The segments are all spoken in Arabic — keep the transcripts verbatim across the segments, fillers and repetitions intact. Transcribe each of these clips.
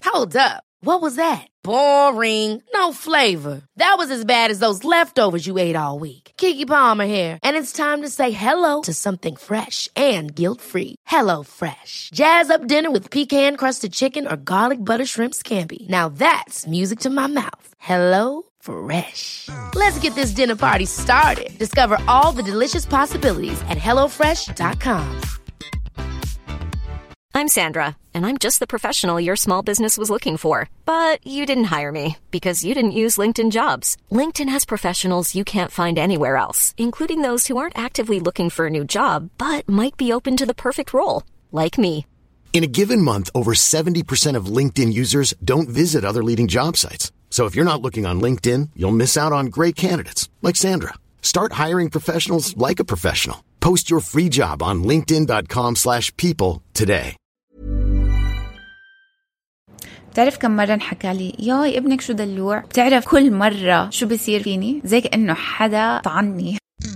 Hold up. What was that? Boring. No flavor. That was as bad as those leftovers you ate all week. Keke Palmer here, and it's time to say hello to something fresh and guilt-free. Hello Fresh. Jazz up dinner with pecan-crusted chicken or garlic butter shrimp scampi. Now that's music to my mouth. Hello Fresh. Let's get this dinner party started. Discover all the delicious possibilities at hello fresh dot com. I'm Sandra, and I'm just the professional your small business was looking for. But you didn't hire me because you didn't use LinkedIn Jobs. LinkedIn has professionals you can't find anywhere else, including those who aren't actively looking for a new job, but might be open to the perfect role, like me. In a given month, over seventy percent of LinkedIn users don't visit other leading job sites. So if you're not looking on LinkedIn, you'll miss out on great candidates like Sandra. Start hiring professionals like a professional. Post your free job on linkedin dot com slash people today. بتعرف كم مرة انحكى لي ياي ابنك شو دلوع؟ بتعرف كل مرة شو بيصير فيني؟ زي كأنه حدا طعني.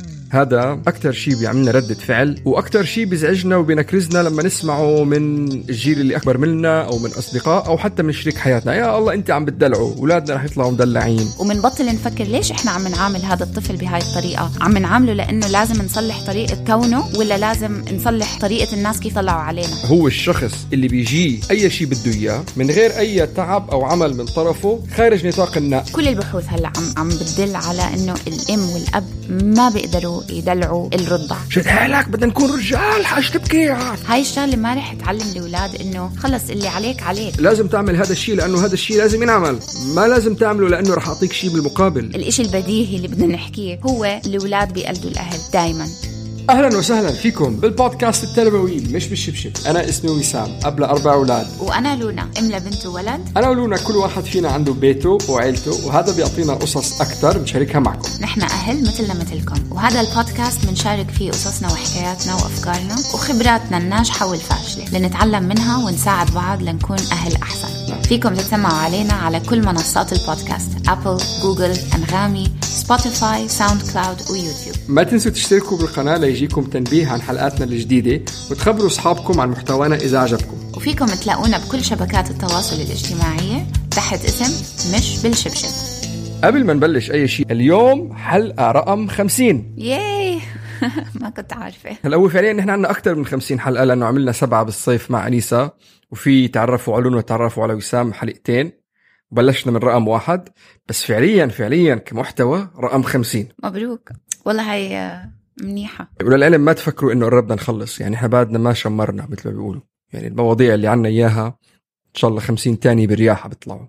هذا أكتر شيء بيعملنا ردة فعل، وأكتر شيء بيزعجنا وبينكرزنا لما نسمعه من الجيل اللي أكبر منا أو من أصدقاء أو حتى من شريك حياتنا. يا الله أنت عم بتدلعوا، أولادنا رح يطلعوا مدلعين. ومنبطل نفكر ليش إحنا عم نعامل هذا الطفل بهاي الطريقة؟ عم نعامله لأنه لازم نصلح طريقة كونه، ولا لازم نصلح طريقة الناس كيف طلعوا علينا؟ هو الشخص اللي بيجي أي شيء بده إياه من غير أي تعب أو عمل من طرفه خارج نطاق النقد. كل البحوث هلأ عم عم بتدل على إنه الأم والأب ما بيقدروا يدلعوا الرضع. شد حالك بدنا نكون رجال، حاج تبكي. هاي الشغله ما رح تعلم الاولاد انه خلص اللي عليك عليك. لازم تعمل هذا الشيء لانه هذا الشيء لازم ينعمل، ما لازم تعمله لانه رح اعطيك شيء بالمقابل. الاشي البديهي اللي بدنا نحكيه هو الاولاد بيقلدوا الاهل دائما. أهلا وسهلا فيكم بالبودكاست التربوي مش بالشبشب. أنا اسمي وسام، أبلة أربع أولاد. وأنا لونا، أم لبنت وولد. أنا ولونا كل واحد فينا عنده بيته وعيلته، وهذا بيعطينا قصص أكتر بنشاركها معكم. نحن أهل مثلنا مثلكم، وهذا البودكاست بنشارك فيه قصصنا وحكاياتنا وأفكارنا وخبراتنا الناجحة والفاشلة لنتعلم منها ونساعد بعض لنكون أهل أحسن. نعم. فيكم تسمعوا علينا على كل منصات البودكاست: أبل، جوجل، أنغامي، سبوتيفاي، ساوند كلاود ويوتيوب. ما تنسوا تشتركوا بالقناة ليجيكم تنبيه عن حلقاتنا الجديدة، وتخبروا أصحابكم عن محتوانا إذا عجبكم. وفيكم تلاقونا بكل شبكات التواصل الاجتماعية تحت اسم مش بالشبشب. قبل ما نبلش أي شيء، اليوم حلقة رقم خمسين. ياي ما كنت عارفة. هلا هو فعليا نحن عنا أكتر من خمسين حلقة، لأنه عملنا سبعة بالصيف مع أنيسة، وفي تعرفوا علون وتعرفوا على وسام حلقتين، وبلشنا من رقم واحد، بس فعليا فعليا كمحتوى رقم خمسين. مبروك والله، هاي منيحة. وللعلم ما تفكروا إنه قربنا نخلص، يعني إحنا بعدنا ما شمرنا مثل ما بيقولوا، يعني المواضيع اللي عنا إياها إن شاء الله خمسين تاني بالرياحة بيطلعوا.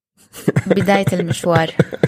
بداية المشوار.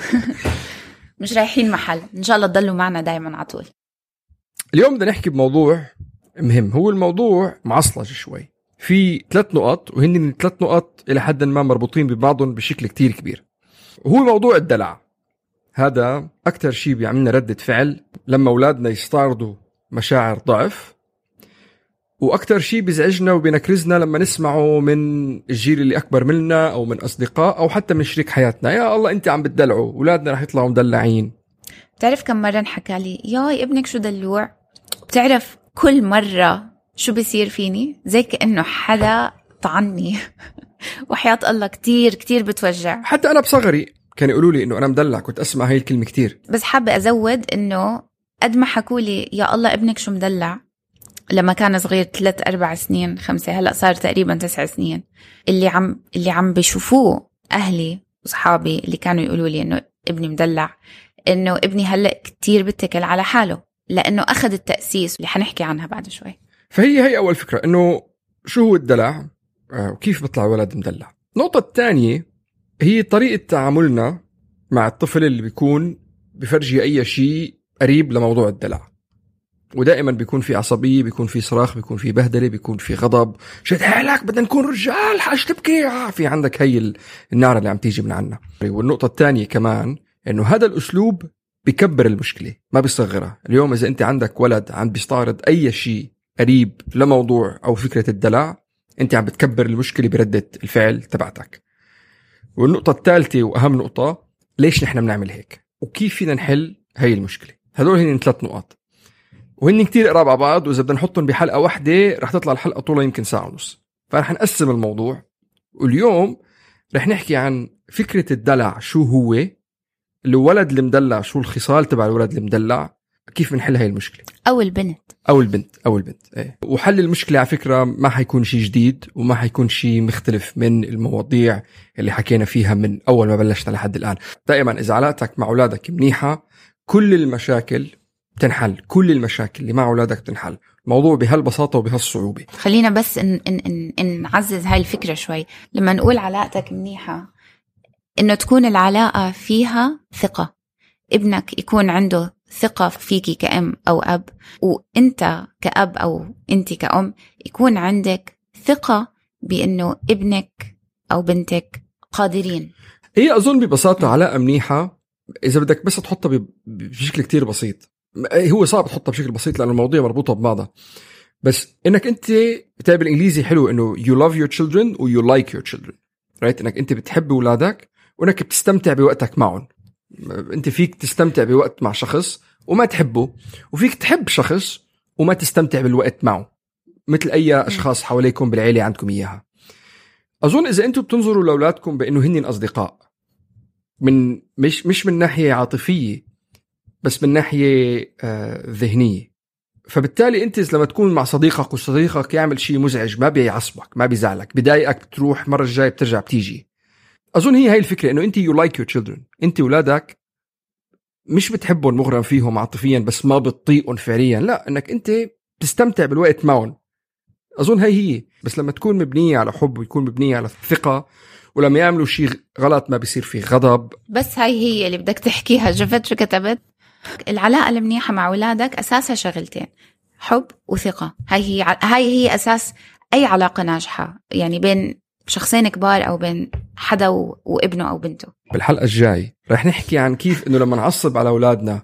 مش رايحين محل، إن شاء الله تضلوا معنا دايما عطول. اليوم بدنا نحكي بموضوع مهم. هو الموضوع معصلج شوي، في ثلاث نقط، وهن الثلاث نقط إلى حد ما مربوطين ببعضهم بشكل كتير كبير. وهو موضوع الدلع. هذا أكتر شيء بيعملنا ردة فعل لما أولادنا يستعرضوا مشاعر ضعف، وأكتر شيء بيزعجنا وبينكرزنا لما نسمعه من الجيل اللي أكبر منا أو من أصدقاء أو حتى من شريك حياتنا. يا الله أنت عم بتدلعوا، أولادنا رح يطلعوا مدلعين. بتعرف كم مرة انحكى لي ياي ابنك شو دلوع؟ بتعرف كل مرة شو بيصير فيني؟ زي كأنه حدا طعني. وحياة الله كتير كتير بتوجع. حتى أنا بصغري كانوا يقولوا لي إنه أنا مدلع، كنت أسمع هاي الكلمة كتير. بس حابة أزود إنه قد ما حكوا لي يا الله ابنك شو مدلع لما كان صغير ثلاث أربع سنين خمسة، هلأ صار تقريبا تسع سنين، اللي عم اللي عم بيشوفوه أهلي وصحابي اللي كانوا يقولوا لي إنه ابني مدلع، إنه ابني هلأ كتير بتكل على حاله لأنه أخذ التأسيس اللي حنحكي عنها بعد شوي. فهي هي أول فكرة، إنه شو هو الدلع وكيف بيطلع ولد مدلع. النقطة الثانية هي طريقة تعاملنا مع الطفل اللي بيكون بفرجي أي شيء قريب لموضوع الدلع، ودائما بيكون في عصبية، بيكون في صراخ، بيكون في بهدلة، بيكون في غضب. شد حالك بدنا نكون رجال، حاج تبكي. في عندك هي النار اللي عم تيجي من عنا. والنقطة الثانية كمان إنه هذا الأسلوب بيكبر المشكلة ما بيصغرها. اليوم إذا أنت عندك ولد عم بيستعرض أي شيء قريب لموضوع أو فكرة الدلع، أنت عم بتكبر المشكلة بردة الفعل تبعتك. والنقطة الثالثة وأهم نقطة، ليش نحن بنعمل هيك وكيف فينا نحل هاي المشكلة. هذول هن ثلاث نقط وهن كتير قراب على بعض، وإذا بدنا نحطهم بحلقة واحدة رح تطلع الحلقة طولها يمكن ساعة ونص، فرح نقسم الموضوع. واليوم رح نحكي عن فكرة الدلع، شو هو الولد المدلع، شو الخصال تبع الولد المدلع، كيف بنحل هاي المشكلة، أو البنت أو البنت أو البنت إيه. وحل المشكلة على فكرة ما حيكون شيء جديد وما حيكون شيء مختلف من المواضيع اللي حكينا فيها من أول ما بلشنا لحد الآن. دائما إذا علاقتك مع أولادك منيحة كل المشاكل تنحل، كل المشاكل اللي مع أولادك تنحل. الموضوع بهالبساطة وبهالصعوبة. خلينا بس إن إن إن إن نعزز هاي الفكرة شوي. لما نقول علاقتك منيحة إنه تكون العلاقة فيها ثقة، ابنك يكون عنده ثقة فيكي كأم أو أب، وإنت كأب أو إنتي كأم يكون عندك ثقة بأنه ابنك أو بنتك قادرين. هي أظن ببساطة علاقة منيحة إذا بدك بس تحطها بشكل كتير بسيط. هو صعب تحطها بشكل بسيط لأن المواضيع مربوطة ببعضها، بس إنك أنت بتاع بالإنجليزي حلو إنه you love your children و you like your children right. إنك أنت بتحب أولادك وإنك بتستمتع بوقتك معهم. أنت فيك تستمتع بوقت مع شخص وما تحبه، وفيك تحب شخص وما تستمتع بالوقت معه، مثل أي أشخاص حواليكم بالعيلة عندكم إياها. أظن إذا أنتم بتنظروا لأولادكم بأنه هن أصدقاء من مش مش من ناحية عاطفية بس من ناحية آه ذهنية، فبالتالي أنت لما تكون مع صديقك وصديقك يعمل شيء مزعج ما بيعصبك ما بيزعلك بضايقك بتروح مرة الجاي بترجع بتيجي. أظن هي هاي الفكرة إنه أنت you like your children، أنت أولادك مش بتحبهم مغرم فيهم عاطفيا بس ما بتطيقهم فعليا، لا إنك أنت بتستمتع بالوقت معهم. أظن هاي هي، بس لما تكون مبنية على حب ويكون مبنية على ثقة، ولما يعملوا شيء غلط ما بيصير فيه غضب. بس هاي هي اللي بدك تحكيها. جفت شو كتبت؟ العلاقة المنيحة مع أولادك أساسها شغلتين، حب وثقة. هاي هي هاي هي أساس أي علاقة ناجحة، يعني بين شخصين كبار أو بين حدا وابنه أو بنته. بالحلقة الجاي رح نحكي عن كيف إنه لما نعصب على أولادنا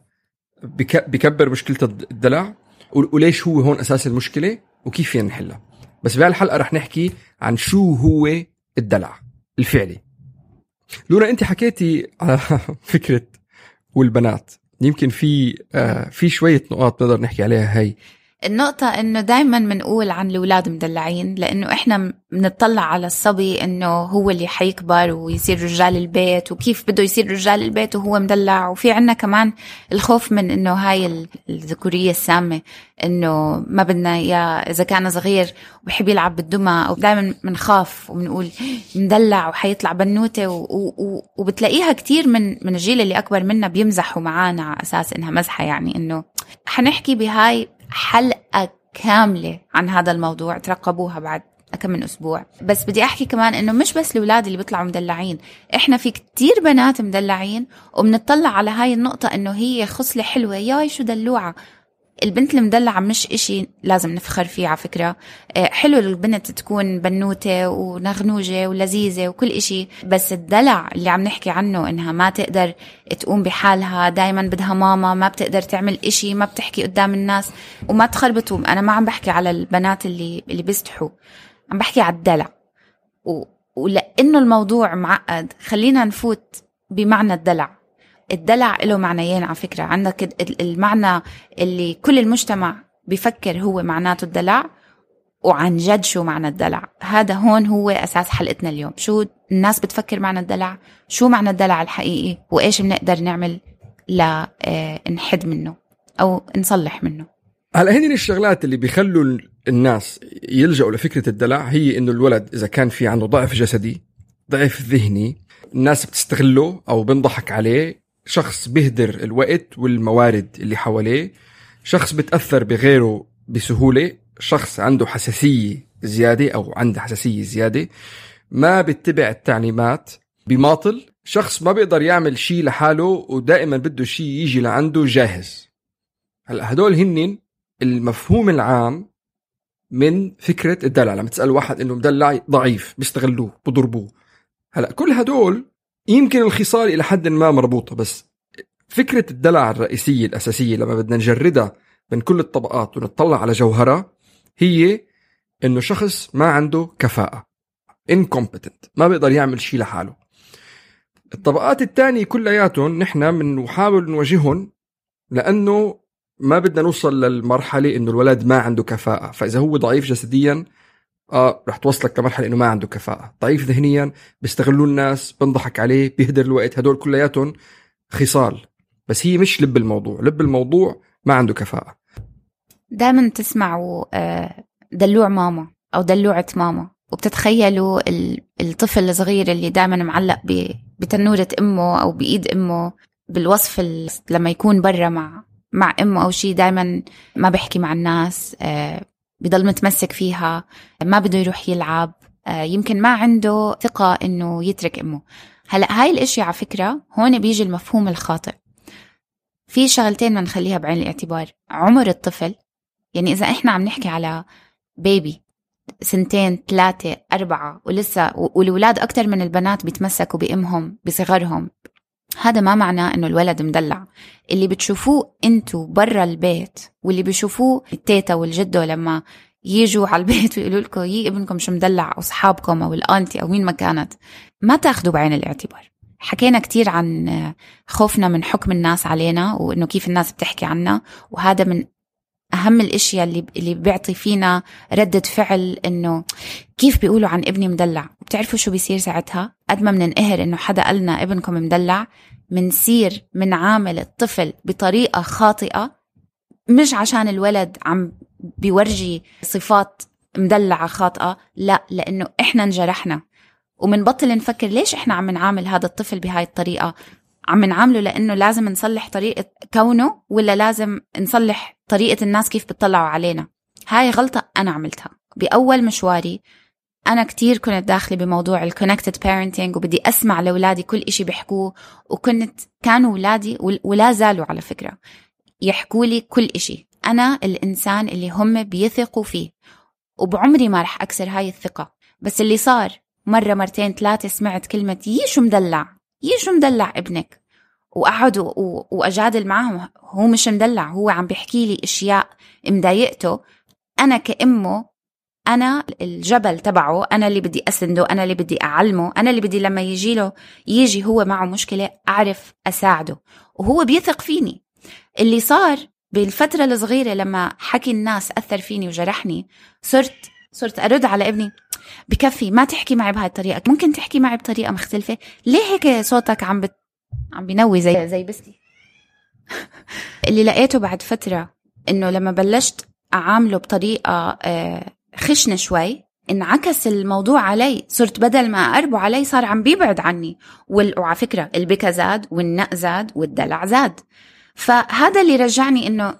بكبر مشكلة الدلع، وليش هو هون أساس المشكلة وكيف فينا نحلها. بس بهالحلقة رح نحكي عن شو هو الدلع الفعلي. لونا أنت حكيتي على فكرة والبنات، يمكن في آه في شوية نقاط نقدر نحكي عليها. هاي النقطة إنه دايما منقول عن الأولاد مدلعين لأنه إحنا بنطلع على الصبي إنه هو اللي حيكبر ويصير رجال البيت، وكيف بده يصير رجال البيت وهو مدلع. وفي عنا كمان الخوف من إنه هاي الذكورية السامة، إنه ما بدنا يا إذا كان صغير وبحب يلعب بالدمى، أو دايما منخاف وبنقول مدلع وحيطلع بنوتة، وبتلاقيها كتير من من الجيل اللي أكبر منا بيمزحوا معانا على أساس إنها مزحة. يعني إنه حنحكي بهاي حلقة كاملة عن هذا الموضوع، ترقبوها بعد كم من أسبوع. بس بدي أحكي كمان إنه مش بس الأولاد اللي بيطلعوا مدلعين، إحنا في كتير بنات مدلعين وبنطلع على هاي النقطة إنه هي خصلة حلوة، ياي شو دلوعة. البنت المدلعة مش إشي لازم نفخر فيه على فكرة. حلو البنت تكون بنوتة ونغنوجة ولذيذة وكل إشي، بس الدلع اللي عم نحكي عنه إنها ما تقدر تقوم بحالها، دايما بدها ماما، ما بتقدر تعمل إشي، ما بتحكي قدام الناس وما تخربطوا. أنا ما عم بحكي على البنات اللي اللي بيستحوا، عم بحكي على الدلع. و... ولأنه الموضوع معقد خلينا نفوت بمعنى الدلع. الدلع له معنيين على فكرة. عندك المعنى اللي كل المجتمع بيفكر هو معناته الدلع، وعن جد شو معنى الدلع. هذا هون هو أساس حلقتنا اليوم. شو الناس بتفكر معنى الدلع، شو معنى الدلع الحقيقي، وإيش بنقدر نعمل لنحد منه أو نصلح منه. هلا هني الشغلات اللي بيخلوا الناس يلجأوا لفكرة الدلع هي إنه الولد إذا كان في عنده ضعف جسدي ضعف ذهني الناس بتستغله أو بنضحك عليه، شخص بيهدر الوقت والموارد اللي حواليه، شخص بتأثر بغيره بسهولة، شخص عنده حساسية زيادة أو عنده حساسية زيادة، ما بيتبع التعليمات، بماطل، شخص ما بيقدر يعمل شيء لحاله ودائما بده شيء يجي لعنده جاهز. هلا هدول هنن المفهوم العام من فكرة الدلع. لما تسأل واحد إنه مدلع ضعيف بيستغلوه بضربوه. هلا كل هدول يمكن الخصال إلى حد ما مربوطة، بس فكرة الدلع الرئيسية الأساسية لما بدنا نجردها من كل الطبقات ونطلع على جوهرها هي إنه شخص ما عنده كفاءة، incompetent، ما بيقدر يعمل شيء لحاله. الطبقات الثانية كلياتهم نحن بنحاول نواجههم لأنه ما بدنا نوصل للمرحلة إنه الولد ما عنده كفاءة. فإذا هو ضعيف جسديا اه رح توصلك لمرحله انه ما عنده كفاءه، ضعيف ذهنيا، بيستغلوا الناس، بنضحك عليه، بيهدر الوقت. هدول كلياتهم خصال، بس هي مش لب الموضوع. لب الموضوع ما عنده كفاءه. دائما تسمعوا دلوع ماما او دلوعة ماما، وبتتخيلوا الطفل الصغير اللي دائما معلق بتنورة امه او بايد امه، بالوصف لما يكون برا مع مع امه او شيء دائما ما بيحكي مع الناس، بيضل متمسك فيها، ما بده يروح يلعب، يمكن ما عنده ثقة انه يترك امه. هلا هاي الاشياء على فكرة هون بيجي المفهوم الخاطئ. في شغلتين ما نخليها بعين الاعتبار. عمر الطفل، يعني اذا احنا عم نحكي على بيبي سنتين ثلاثة أربعة ولسه والولاد أكتر من البنات بيتمسكوا بأمهم بصغرهم، هذا ما معناه إنه الولد مدلع. اللي بتشوفوه أنتوا برا البيت واللي بيشوفوه التيتا والجدو لما يجوا على البيت ويقولوا لكم يي ابنكم شو مدلع، أو صحابكم أو الأنتي أو مين ما كانت، ما تاخدوا بعين الاعتبار. حكينا كتير عن خوفنا من حكم الناس علينا وإنه كيف الناس بتحكي عنا، وهذا من أهم الاشياء اللي اللي بيعطي فينا ردة فعل إنه كيف بيقولوا عن ابني مدلع. بتعرفوا شو بيصير ساعتها؟ قد ما مننقهر إنه حدا قالنا ابنكم مدلع، منصير من عامل الطفل بطريقة خاطئة، مش عشان الولد عم بيورجي صفات مدلعة خاطئة، لا، لأنه إحنا انجرحنا، ومنبطل نفكر ليش إحنا عم نعامل هذا الطفل بهاي الطريقة. عم نعامله لأنه لازم نصلح طريقة كونه، ولا لازم نصلح طريقة الناس كيف بتطلعوا علينا. هاي غلطة أنا عملتها بأول مشواري. أنا كتير كنت داخلة بموضوع الكونكتد بارنتينج، وبدي أسمع لأولادي كل إشي بيحكوه، وكنت كانوا أولادي ولا زالوا على فكرة يحكوا لي كل إشي. أنا الإنسان اللي هم بيثقوا فيه، وبعمري ما رح أكسر هاي الثقة. بس اللي صار مرة مرتين ثلاثة سمعت كلمة يي شو مدلع، يي شو مدلع ابنك، وقعد وأجادل معهم. هو مش مدلع، هو عم بيحكي لي إشياء مضايقته. أنا كأمه أنا الجبل تبعه، أنا اللي بدي أسنده، أنا اللي بدي أعلمه، أنا اللي بدي لما يجي له يجي هو معه مشكلة أعرف أساعده، وهو بيثق فيني. اللي صار بالفترة الصغيرة لما حكي الناس أثر فيني وجرحني، صرت صرت أرد على ابني بكفي، ما تحكي معي بهاي الطريقة، ممكن تحكي معي بطريقة مختلفة. ليه هيك صوتك عم بت... عم بينوي زي زي بستي؟ اللي لقيته بعد فترة إنه لما بلشت أعامله بطريقة خشنة شوي، انعكس الموضوع علي. صرت بدل ما أقربه علي صار عم بيبعد عني، وعلى فكرة البكا زاد والنق زاد والدلع زاد. فهذا اللي رجعني إنه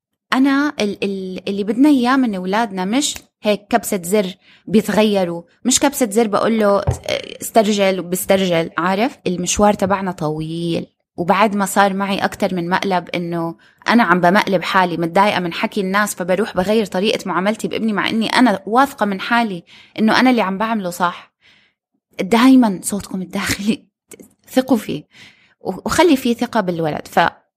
أنا اللي بدنا إياه من أولادنا مش هيك كبسة زر بيتغيروا، مش كبسة زر بقول له استرجل وبسترجل. عارف المشوار تبعنا طويل، وبعد ما صار معي أكتر من مقلب إنه أنا عم بمقلب حالي متضايقة من حكي الناس، فبروح بغير طريقة معاملتي بابني، مع إني أنا واثقة من حالي إنه أنا اللي عم بعمله صح. دايما صوتكم الداخلي ثقوا فيه، وخلي فيه ثقة بالولد.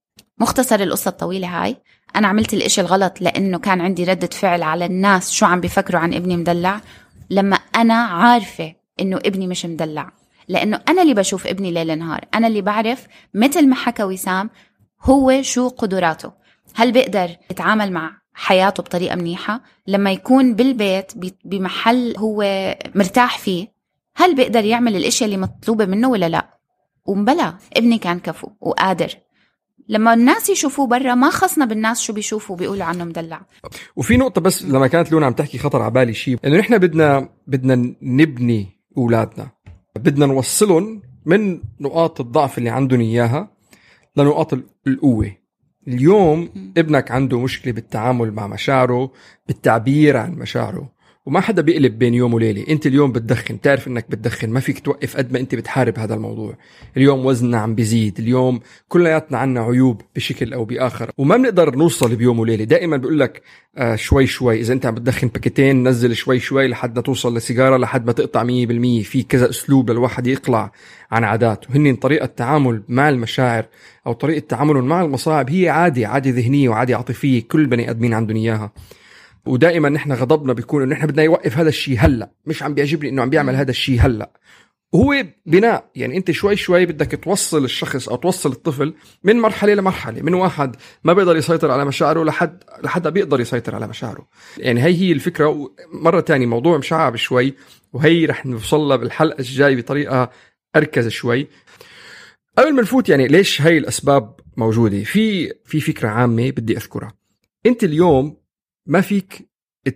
فمختصر القصة الطويلة هاي، أنا عملت الإشي الغلط لأنه كان عندي ردة فعل على الناس شو عم بيفكروا عن ابني مدلع، لما أنا عارفة إنه ابني مش مدلع، لأنه أنا اللي بشوف ابني ليل نهار، أنا اللي بعرف مثل ما حكى وسام هو شو قدراته. هل بيقدر يتعامل مع حياته بطريقة منيحة لما يكون بالبيت بمحل هو مرتاح فيه؟ هل بيقدر يعمل الأشياء اللي مطلوبة منه ولا لا؟ ومبلا ابني كان كفو وقادر. لما الناس يشوفوه برا ما خصنا بالناس شو بيشوفوا بيقولوا عنه مدلع. وفي نقطة بس لما كانت لونا عم تحكي خطر على بالي شيء، إنه نحن بدنا بدنا نبني أولادنا، بدنا نوصلهم من نقاط الضعف اللي عندهم إياها لنقاط القوة. اليوم م. ابنك عنده مشكلة بالتعامل مع مشاعره، بالتعبير عن مشاعره، وما حدا بيقلب بين يوم وليلة. انت اليوم بتدخن، تعرف انك بتدخن، ما فيك توقف قد ما انت بتحارب هذا الموضوع. اليوم وزننا عم بيزيد، اليوم كلياتنا عنا عيوب بشكل او باخر، وما بنقدر نوصل بيوم وليلة. دائما بقول لك آه شوي شوي، اذا انت عم بتدخن باكيتين نزل شوي شوي لحد ما توصل لسيجارة، لحد ما تقطع مية بالمية. في كذا اسلوب للواحد يقلع عن عادات، وهن طريقة تعامل مع المشاعر او طريقة تعامل مع المصاعب هي عادي عادي ذهنية وعادي عاطفية، كل بني ادمين عندهم اياها. ودائما نحن غضبنا بيكون انه نحن بدنا يوقف هذا الشيء هلا، مش عم بيعجبني انه عم بيعمل هذا الشيء هلا. هو بناء، يعني انت شوي شوي بدك توصل الشخص او توصل الطفل من مرحله لمرحله، من واحد ما بيقدر يسيطر على مشاعره لحد لحد بيقدر يسيطر على مشاعره. يعني هي هي الفكره. مره تانية موضوع مشعب شوي، وهي رح نوصل لها بالحلقه الجاي بطريقه اركز شوي. قبل ما نفوت يعني ليش هاي الاسباب موجوده، في في فكره عامه بدي اذكرها. انت اليوم ما فيك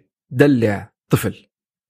تدلع طفل.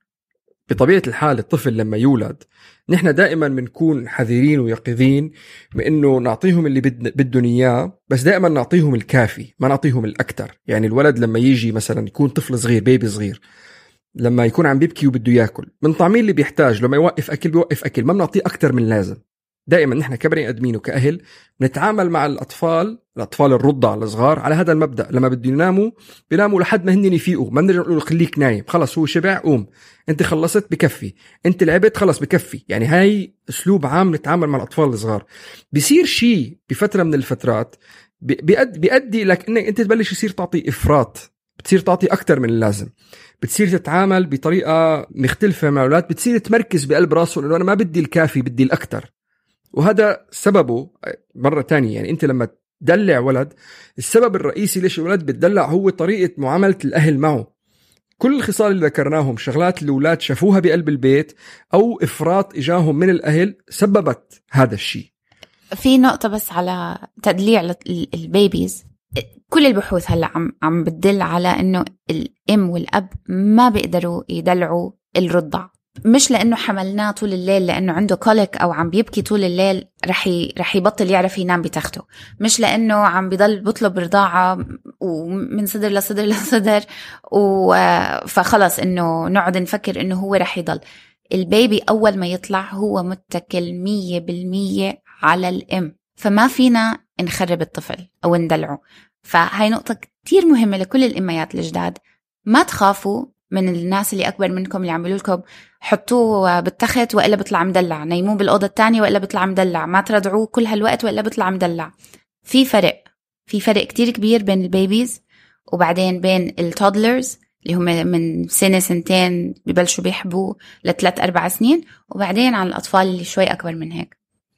بطبيعة الحال الطفل لما يولد نحن دائما بنكون حذرين ويقظين بأنه نعطيهم اللي بدهم إياه، بس دائما نعطيهم الكافي، ما نعطيهم الأكتر. يعني الولد لما يجي مثلا يكون طفل صغير، بيبي صغير، لما يكون عم بيبكي وبده يأكل، من طعمين اللي بيحتاج، لما يوقف أكل بيوقف أكل، ما بنعطيه أكتر من لازم. دائما نحن كبني أدمين وكأهل نتعامل مع الأطفال الأطفال الرضع الصغار على هذا المبدأ. لما بده يناموا بيناموا لحد ما هنن يفيقوا، ما بنرجع نقول له خليك نايم، خلص هو شبع قوم، انت خلصت بكفي، انت لعبت خلص بكفي. يعني هاي أسلوب عام نتعامل مع الأطفال الصغار. بيصير شيء بفترة من الفترات بيؤدي, بيؤدي لك انك انت تبلش يصير تعطي إفراط، بتصير تعطي أكتر من اللازم، بتصير تتعامل بطريقة مختلفة مع الأولاد، بتصير تمركز بقلب راسه إنه أنا ما بدي الكافي بدي الأكتر. وهذا سببه مرة تانية، يعني أنت لما تدلع ولد، السبب الرئيسي ليش الولد بتدلع هو طريقة معاملة الأهل معه. كل الخصال اللي ذكرناهم شغلات الأولاد شافوها بقلب البيت أو إفراط إجاهم من الأهل سببت هذا الشيء. في نقطة بس على تدليع البيبيز، كل البحوث هلأ عم عم بتدل على إنه الأم والأب ما بيقدروا يدلعوا الرضع، مش لأنه حملناه طول الليل لأنه عنده كوليك أو عم بيبكي طول الليل رح ي... رح يبطل يعرف ينام بتخته، مش لأنه عم بيضل بطلب رضاعة ومن صدر لصدر لصدر و... فخلص إنه نقعد نفكر إنه هو رح يضل. البيبي أول ما يطلع هو متكل مية بالمية على الأم، فما فينا نخرب الطفل أو ندلعه. فهاي نقطة كتير مهمة لكل الأميات الجداد. ما تخافوا من الناس اللي أكبر منكم اللي عم بيقولوا لكم حطوه بالتخت وإلا بيطلع مدلع، نيموه بالأوضة التانية وإلا بيطلع مدلع، ما ترضعوه كل هالوقت وإلا بيطلع مدلع. في فرق في فرق كتير كبير بين البيبيز وبعدين بين التودلرز اللي هم من سنة سنتين ببلشوا بيحبوا لثلاث أربع سنين، وبعدين على الأطفال اللي شوي أكبر من هيك.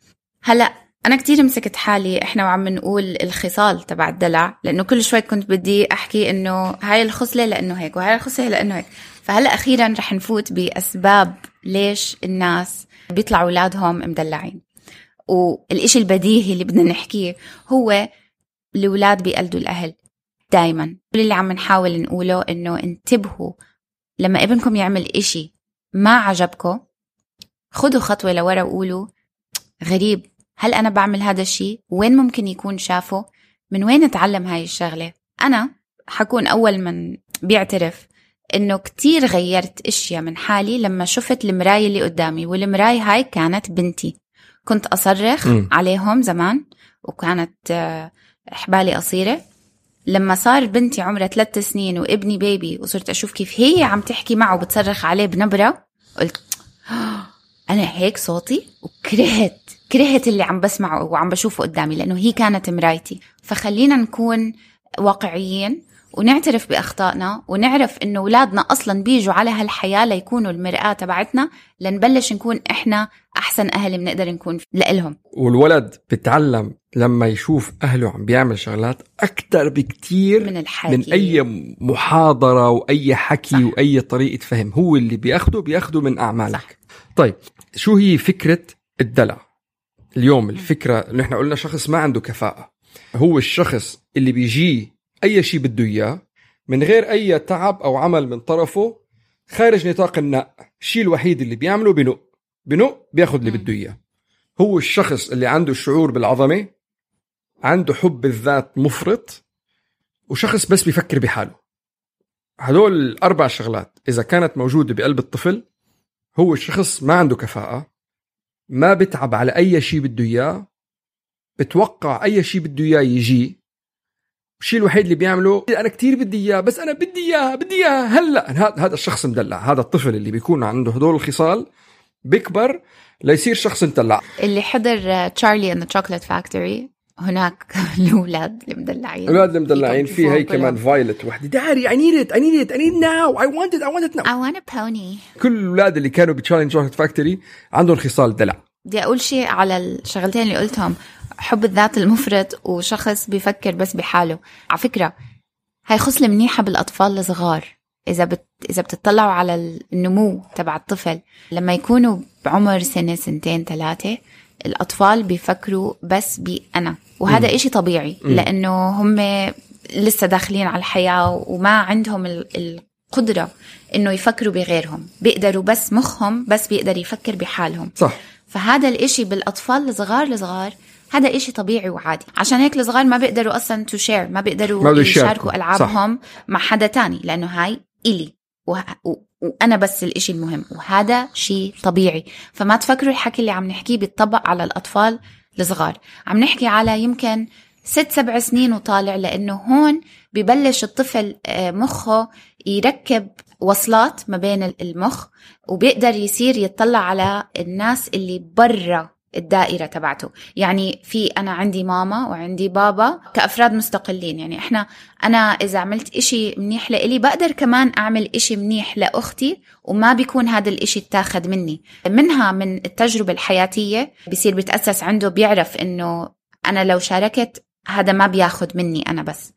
هلأ أنا كتير مسكت حالي إحنا وعم نقول الخصال تبع الدلع، لأنه كل شوي كنت بدي أحكي إنه هاي الخصلة لأنه هيك وهاي الخصلة لأنه هيك. فهلأ أخيرا رح نفوت بأسباب ليش الناس بيطلعوا أولادهم مدلعين. والإشي البديهي اللي بدنا نحكيه هو الأولاد بيقلدوا الأهل دايما. كل اللي عم نحاول نقوله إنه انتبهوا لما ابنكم يعمل إشي ما عجبكم، خدوا خطوة لورا وقولوا غريب، هل أنا بعمل هذا الشيء؟ وين ممكن يكون شافه؟ من وين اتعلم هاي الشغلة؟ أنا حكون أول من بيعترف إنه كتير غيرت إشياء من حالي لما شفت المراية اللي قدامي، والمراية هاي كانت بنتي. كنت أصرخ م. عليهم زمان وكانت حبالي قصيرة. لما صار بنتي عمرها ثلاث سنين وابني بيبي وصرت أشوف كيف هي عم تحكي معه وبتصرخ عليه بنبرة، قلت أنا هيك صوتي، وكرهت كرهت اللي عم بسمعه وعم بشوفه قدامي لأنه هي كانت مرايتي. فخلينا نكون واقعيين ونعترف بأخطائنا ونعرف إنه أولادنا أصلاً بيجوا على هالحياة ليكونوا المرآة تبعتنا، لنبلش نكون إحنا أحسن أهل بنقدر نكون لإلهم. والولد بتعلم لما يشوف أهله عم بيعمل شغلات أكتر بكتير من الحكي، من أي محاضرة وأي حكي صح. وأي طريقة فهم، هو اللي بياخده بياخده من أعمالك صح. طيب شو هي فكرة الدلع اليوم؟ الفكرة اللي احنا قلنا شخص ما عنده كفاءة، هو الشخص اللي بيجي أي شيء بده إياه من غير أي تعب أو عمل من طرفه خارج نطاق النق. الشيء الوحيد اللي بيعمله بنق بنق بياخد اللي بده إياه. هو الشخص اللي عنده الشعور بالعظمة، عنده حب الذات مفرط، وشخص بس بيفكر بحاله. هدول الأربع شغلات إذا كانت موجودة بقلب الطفل، هو الشخص ما عنده كفاءة، ما بتعب على أي شيء بده إياه، بتوقع أي شيء بده إياه يجي. الشيء الوحيد اللي بيعمله أنا كتير بدي إياه، بس أنا بدي إياه بدي إياه هلأ. هذا الشخص مدلع. هذا الطفل اللي بيكون عنده هدول الخصال بيكبر ليصير شخص مدلع. اللي حضر تشارلي and the Chocolate Factory هناك الأولاد المدلعين الأولاد المدلعين في هي كمان فايلت وحدة داري I need it I need it I need it now I want it I want it now I want a pony. كل الأولاد اللي كانوا بتشالنج شوكليت فاكتوري عندهم خصال دلع. بدي أقول شيء على الشغلتين اللي قلتهم، حب الذات المفرط وشخص بيفكر بس بحاله. على فكرة هاي خصلة منيحة بالأطفال الصغار. إذا بت... إذا بتطلعوا على النمو تبع الطفل لما يكونوا بعمر سنة سنتين ثلاثة، الأطفال بيفكروا بس بأنا، وهذا م. إشي طبيعي م. لأنه هم لسه داخلين على الحياة وما عندهم القدرة إنه يفكروا بغيرهم، بيقدروا بس مخهم بس بيقدر يفكر بحالهم. صح. فهذا الإشي بالأطفال الصغار الصغار هذا إشي طبيعي وعادي. عشان هيك الصغار ما بيقدروا أصلا to share، ما بيقدروا ما يشاركوا ألعابهم صح. مع حدا تاني، لأنه هاي إلي و... و... وأنا بس الإشي المهم، وهذا شيء طبيعي. فما تفكروا الحكي اللي عم نحكيه بيتطبق على الأطفال الصغار، عم نحكي على يمكن ست سبع سنين وطالع، لأنه هون ببلش الطفل مخه يركب وصلات ما بين المخ، وبيقدر يصير يتطلع على الناس اللي برا الدائرة تبعته. يعني في أنا عندي ماما وعندي بابا كأفراد مستقلين، يعني إحنا أنا إذا عملت إشي منيح لإلي بقدر كمان أعمل إشي منيح لأختي، وما بيكون هذا الإشي التاخد مني. منها من التجربة الحياتية بيصير بتأسس عنده، بيعرف إنه أنا لو شاركت هذا ما بياخد مني أنا بس،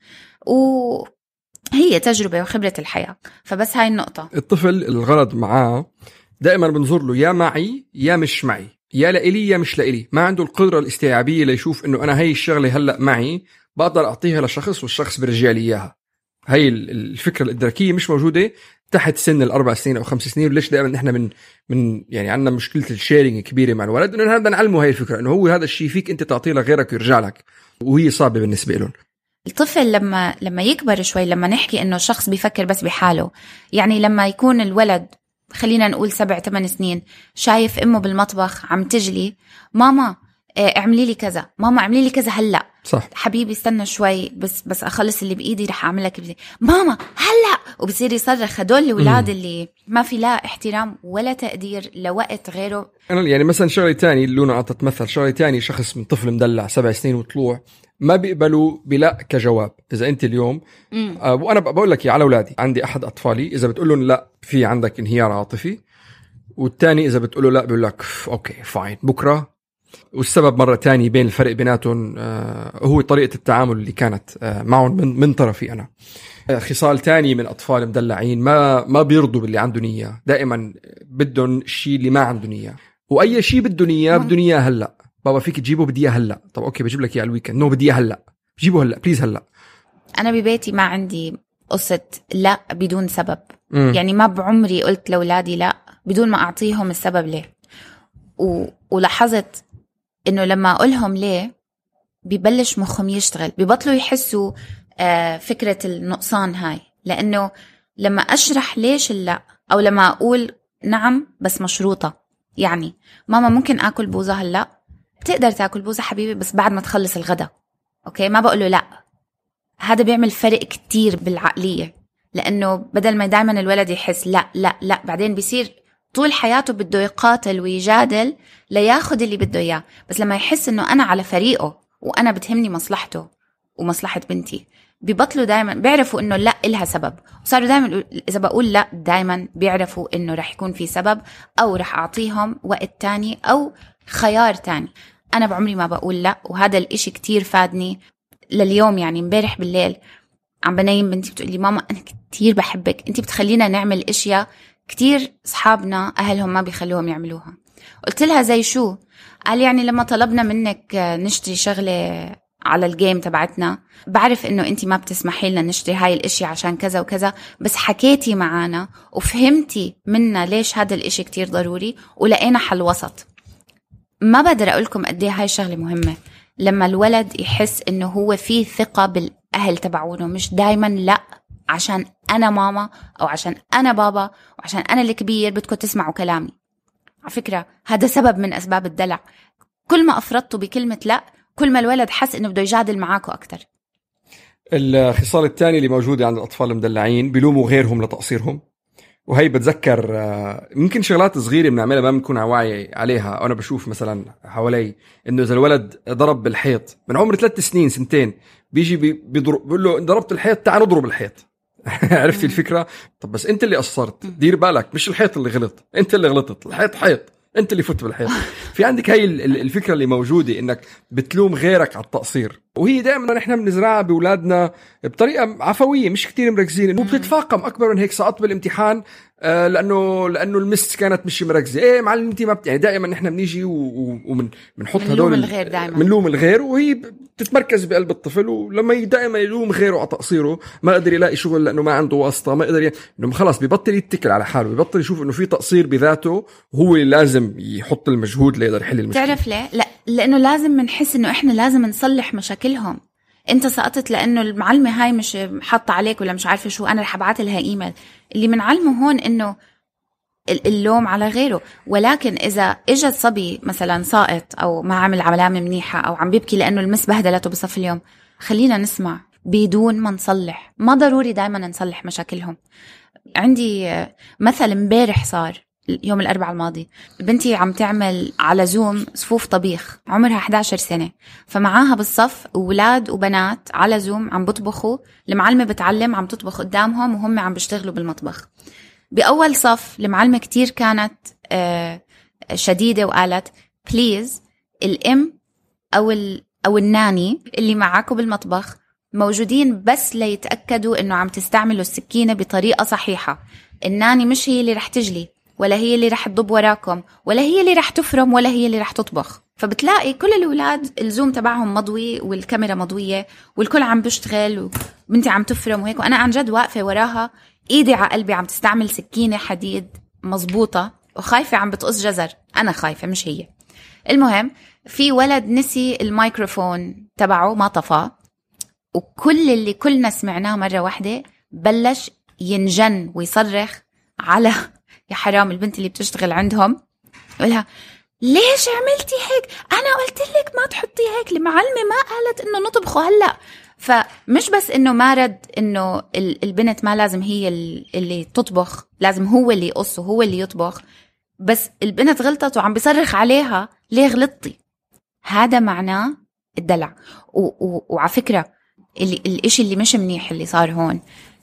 وهي تجربة وخبرة الحياة. فبس هاي النقطة. الطفل الغرض معاه دائما بنظر له يا معي يا مش معي، يا لإلي يا مش لإلي. ما عنده القدرة الاستيعابية ليشوف إنه أنا هاي الشغلة هلأ معي بقدر أعطيها لشخص والشخص برجع لي إياها. هاي الفكرة الإدراكية مش موجودة تحت سن الأربع سنين أو خمس سنين. وليش دائما نحن من من يعني عندنا مشكلة الشيرينج كبيرة مع الولد، إنه هذا نعلمه هاي الفكرة إنه هو هذا الشيء فيك أنت تعطيه لغيرك ويرجع لك، وهي صعبة بالنسبة لهم. الطفل لما لما يكبر شوي، لما نحكي إنه شخص بيفكر بس بحاله، يعني لما يكون الولد خلينا نقول سبع ثمان سنين شايف أمه بالمطبخ عم تجلي، ماما اعملي لي كذا، ماما اعملي لي كذا هلأ، صح. حبيبي استنى شوي بس بس أخلص اللي بإيدي رح أعملك بدي. ماما هلأ، وبصير يصرخ. هدول الأولاد اللي ما في لا احترام ولا تقدير لوقت غيره. أنا يعني مثلا شغلة تاني لونا عطت مثل، شغلة تاني شخص من طفل مدلع سبع سنين وطلوع ما بيقبلوا بلا كجواب. إذا أنت اليوم آه وأنا بقول لك على أولادي، عندي أحد أطفالي إذا بتقول لهم لا في عندك انهيار عاطفي، والتاني إذا بتقوله لا بيقول لك أوكي فاين بكرة. والسبب مرة تاني بين الفرق بيناتهم آه هو طريقة التعامل اللي كانت آه معهم من, من طرفي أنا. آه خصال تاني من أطفال مدلعين ما ما بيرضوا باللي عندهم إياه، دائما بدهم الشيء اللي ما عندهم إياه، وأي شيء بدهم إياه بدهم إياه هلأ. بابا فيك تجيبه بدي هلا، طب اوكي بجيب لك اياه على الويكند، نو بدي هلا، جيبه هلا بليز هلا. انا ببيتي ما عندي قصه لا بدون سبب. م. يعني ما بعمري قلت لاولادي لا بدون ما اعطيهم السبب ليه. و... ولاحظت انه لما اقولهم ليه ببلش مخهم يشتغل، ببطلوا يحسوا آه فكره النقصان هاي. لانه لما اشرح ليش اللا، او لما اقول نعم بس مشروطه، يعني ماما ممكن اكل بوزه هلا، تقدر تاكل بوزة حبيبي بس بعد ما تخلص الغداء، اوكي ما بقوله لا. هذا بيعمل فرق كتير بالعقلية، لانه بدل ما دايما الولد يحس لا لا لا، بعدين بيصير طول حياته بده يقاتل ويجادل لياخد اللي بده اياه. بس لما يحس انه انا على فريقه وانا بتهمني مصلحته ومصلحة بنتي، بيبطلوا دايما بيعرفوا انه لا إلها سبب. وصاروا دايما اذا بقول لا دايما بيعرفوا انه رح يكون في سبب، او رح اعطيهم وقت تاني او خيار تاني. أنا بعمري ما بقول لا، وهذا الإشي كتير فادني لليوم. يعني امبارح بالليل عم بنايم بنتي بتقول لي ماما أنا كتير بحبك، أنتي بتخلينا نعمل إشياء كتير صحابنا أهلهم ما بيخلوهم يعملوها. قلت لها زي شو؟ قال يعني لما طلبنا منك نشتري شغلة على الجيم تبعتنا، بعرف إنه أنتي ما بتسمحي لنا نشتري هاي الإشي عشان كذا وكذا، بس حكيتي معانا وفهمتي منا ليش هذا الإشي كتير ضروري ولقينا حل وسط. ما بقدر أقولكم قد ايه هاي الشغلة مهمة، لما الولد يحس إنه هو فيه ثقة بالأهل تبعونه، مش دايما لا عشان أنا ماما أو عشان أنا بابا وعشان أنا الكبير بدكم تسمعوا كلامي. على فكرة هذا سبب من أسباب الدلع. كل ما أفرطتوا بكلمة لا، كل ما الولد حس إنه بده يجادل معاكم أكتر. الخصال الثاني اللي موجودة عند الأطفال المدلعين بيلوموا غيرهم لتقصيرهم، وهي بتذكر ممكن شغلات صغيرة بنعملها ما بنكون واعي عليها. أنا بشوف مثلا حوالي إنه إذا الولد ضرب بالحيط من عمر ثلاث سنين سنتين بيجي بيضرب بيقول له ضربت الحيط تعال نضرب الحيط. عرفت الفكرة؟ طب بس أنت اللي قصرت، دير بالك مش الحيط اللي غلط، أنت اللي غلطت، الحيط حيط أنت اللي فت بالحيط. في عندك هاي الفكرة اللي موجودة إنك بتلوم غيرك على التقصير، وهي دائما نحن بنزرعها بأولادنا بطريقة عفوية مش كتير مركزين إنه بتتفاقم أكبر من هيك. سقط بالامتحان آه لأنه لأنه المس كانت مش مركزة. إيه معلم أنت ما بت... يعني دائما نحن بنيجي ومن بنحط هدول الغير دائما بنلوم الغير، وهي بتتمركز بقلب الطفل. ولما دائما يلوم غيره على تقصيره ما قدر يلاقي شغل لأنه ما عنده واسطة، ما قدر ي... إنه خلاص بيبطل يتكل على حاله، بيبطل يشوف إنه في تقصير بذاته وهو اللي لازم يحط المجهود ليقدر يحل المشكلة. تعرف ليه؟ لا لأنه لازم نحس إنه إحنا لازم نصلح مشاكلهم. انت سقطت لانه المعلمه هاي مش حاطه عليك ولا مش عارفه شو، انا رح ابعث لها ايميل. اللي منعلمه هون انه اللوم على غيره. ولكن اذا اجى صبي مثلا ساقط او ما عمل علامه منيحه او عم بيبكي لانه المس بهدلته بصف اليوم، خلينا نسمع بدون ما نصلح. ما ضروري دائما نصلح مشاكلهم. عندي مثل امبارح صار يوم الأربعاء الماضي، بنتي عم تعمل على زوم صفوف طبيخ، عمرها إحدى عشرة سنة، فمعاها بالصف أولاد وبنات على زوم عم بطبخوا، المعلمة بتعلم عم تطبخ قدامهم وهم عم بيشتغلوا بالمطبخ. بأول صف المعلمة كتير كانت شديدة وقالت بليز الأم أو, أو الناني اللي معاكم بالمطبخ موجودين بس ليتأكدوا إنه عم تستعملوا السكينة بطريقة صحيحة. الناني مش هي اللي رح تجلي ولا هي اللي رح تضب وراكم ولا هي اللي رح تفرم ولا هي اللي رح تطبخ. فبتلاقي كل الأولاد الزوم تبعهم مضوي والكاميرا مضوية والكل عم بيشتغل وبنتي عم تفرم وهيك، وأنا عن جد واقفة وراها إيدي على قلبي عم تستعمل سكينة حديد مزبوطة وخايفة عم بتقص جزر. أنا خايفة مش هي. المهم في ولد نسي الميكروفون تبعه ما طفاه، وكل اللي كلنا سمعناه مرة واحدة بلش ينجن ويصرخ على يا حرام البنت اللي بتشتغل عندهم، قولها ليش عملتي هيك؟ أنا قلت لك ما تحطي هيك، المعلمة ما قالت إنه نطبخه هلأ. فمش بس إنه ما رد إنه البنت ما لازم هي اللي تطبخ، لازم هو اللي يقص وهو اللي يطبخ، بس البنت غلطت وعم بيصرخ عليها ليه غلطتي. هذا معناه الدلع. وعلى فكرة اللي الإشي اللي مش منيح اللي صار هون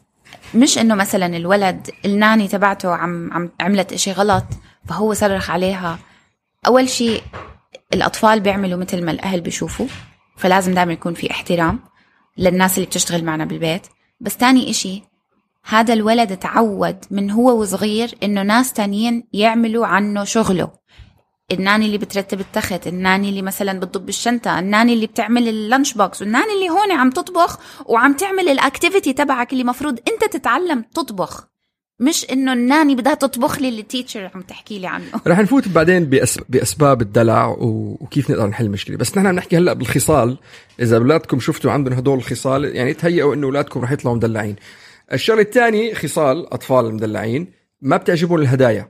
مش إنه مثلا الولد الناني تبعته عم عم عملت إشي غلط فهو صرخ عليها. أول شيء الأطفال بيعملوا مثل ما الأهل بيشوفوا، فلازم دائما يكون في احترام للناس اللي بتشتغل معنا بالبيت. بس تاني إشي هذا الولد تعود من هو وصغير إنه ناس تانيين يعملوا عنه شغله. الناني اللي بترتب التخت، الناني اللي مثلا بتضب الشنطة، الناني اللي بتعمل اللانش بوكس، والناني اللي هون عم تطبخ وعم تعمل الاكتيفيتي تبعك اللي مفروض انت تتعلم تطبخ، مش انه الناني بدها تطبخ لي اللي التيتشر عم تحكي لي عنه. رح نفوت بعدين بأس... بأسباب الدلع وكيف نقدر نحل المشكلة، بس نحن بنحكي هلأ بالخصال. إذا أولادكم شفتوا عندهم هدول الخصال يعني تهيئوا إنه أولادكم رح يطلعوا مدلعين. الشغلة الثاني خصال أطفال المدلعين ما بتعجبون الهدايا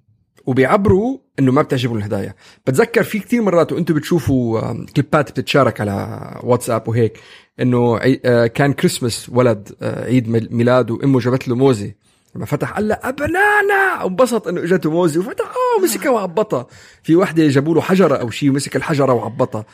وبيعبروا انه ما بتعجبهم الهدايا. بتذكر في كتير مرات وانتم بتشوفوا كليبات بتتشارك على واتساب وهيك انه كان كريسمس ولد عيد ميلاد وامه جابت له موزه، لما فتح قال له بنانا وانبسط انه اجته موزه وفتح اه مسكها وعبطها. في وحده جابوا له حجره او شيء مسك الحجره وعبطها.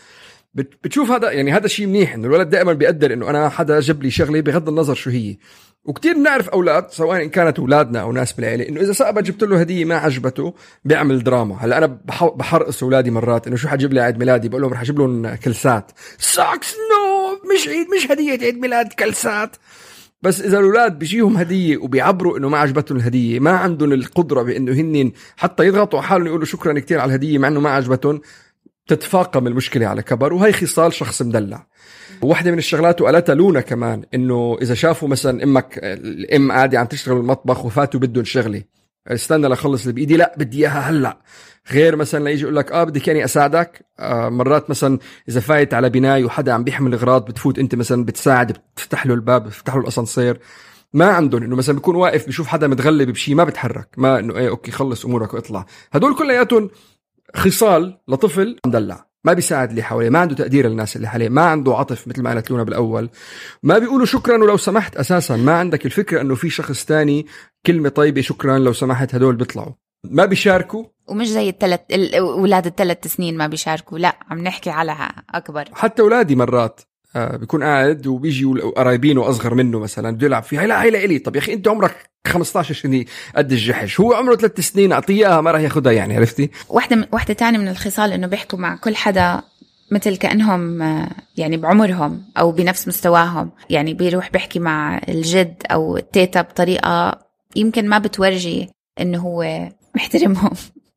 بتشوف هذا يعني هذا شيء منيح انه الولد دائما بيقدر انه انا حدا جاب لي شغله بغض النظر شو هي. وكتير نعرف أولاد سواء إن كانت أولادنا أو ناس بالعيلة إنه إذا صعبت جبت له هدية ما عجبته بيعمل دراما. هلا أنا بحرقص أولادي مرات إنه شو حجيب لي عيد ميلادي، بقول لهم رح أجيب لهم كلسات ساكس. نو مش عيد مش هدية عيد ميلاد كلسات. بس إذا الأولاد بيجيهم هدية وبيعبروا إنه ما عجبتهم الهدية، ما عندهم القدرة بإنه هن حتى يضغطوا حالهم يقولوا شكرا كتير على الهدية مع إنه ما عجبتهم، تتفاقم المشكلة على كبر. وهي خصال شخص مدلع. وواحدة من الشغلات وقالتها لونا كمان إنه إذا شافوا مثلا إمك الإم عادي عم تشتغل بالمطبخ وفاتوا بدهم شغلة، استنى لخلص اللي بإيدي، لا بدي إياها هلأ. غير مثلا يجي يقول لك آه بدك يعني أساعدك. آه مرات مثلا إذا فايت على بناي وحدا عم بيحمل أغراض بتفوت أنت مثلا بتساعد، بتفتح له الباب بتفتح له الأسانسير. ما عندهم إنه مثلا بيكون واقف بيشوف حدا متغلب بشي ما بتحرك، ما إنه إيه أوكي خلص أمورك واطلع. هدول كلياتهم خصال لطفل مدلع. ما بيساعد اللي حواليه، ما عنده تقدير للناس اللي حواليه، ما عنده عطف مثل ما قالت لونا بالأول، ما بيقولوا شكرا ولو سمحت. أساسا ما عندك الفكرة أنه في شخص تاني كلمة طيبة شكرا لو سمحت هدول بيطلعوا. ما بيشاركوا، ومش زي الثلاث أولاد الثلاث سنين ما بيشاركوا، لا عم نحكي على أكبر. حتى أولادي مرات آه بيكون قاعد وبيجي قرايبينه أصغر منه مثلا بده يلعب فيها، لا هي لإلي. طب يا أخي أنت عمرك خمسة عشر سنة قد الجحش، هو عمره ثلاث سنين، أعطيها ما راح ياخدها يعني. عرفتي؟ واحدة واحدة تانية من الخصال إنه بيحكوا مع كل حدا مثل كأنهم يعني بعمرهم أو بنفس مستواهم. يعني بيروح بيحكي مع الجد أو التيتا بطريقة يمكن ما بتورجي إنه هو محترمهم.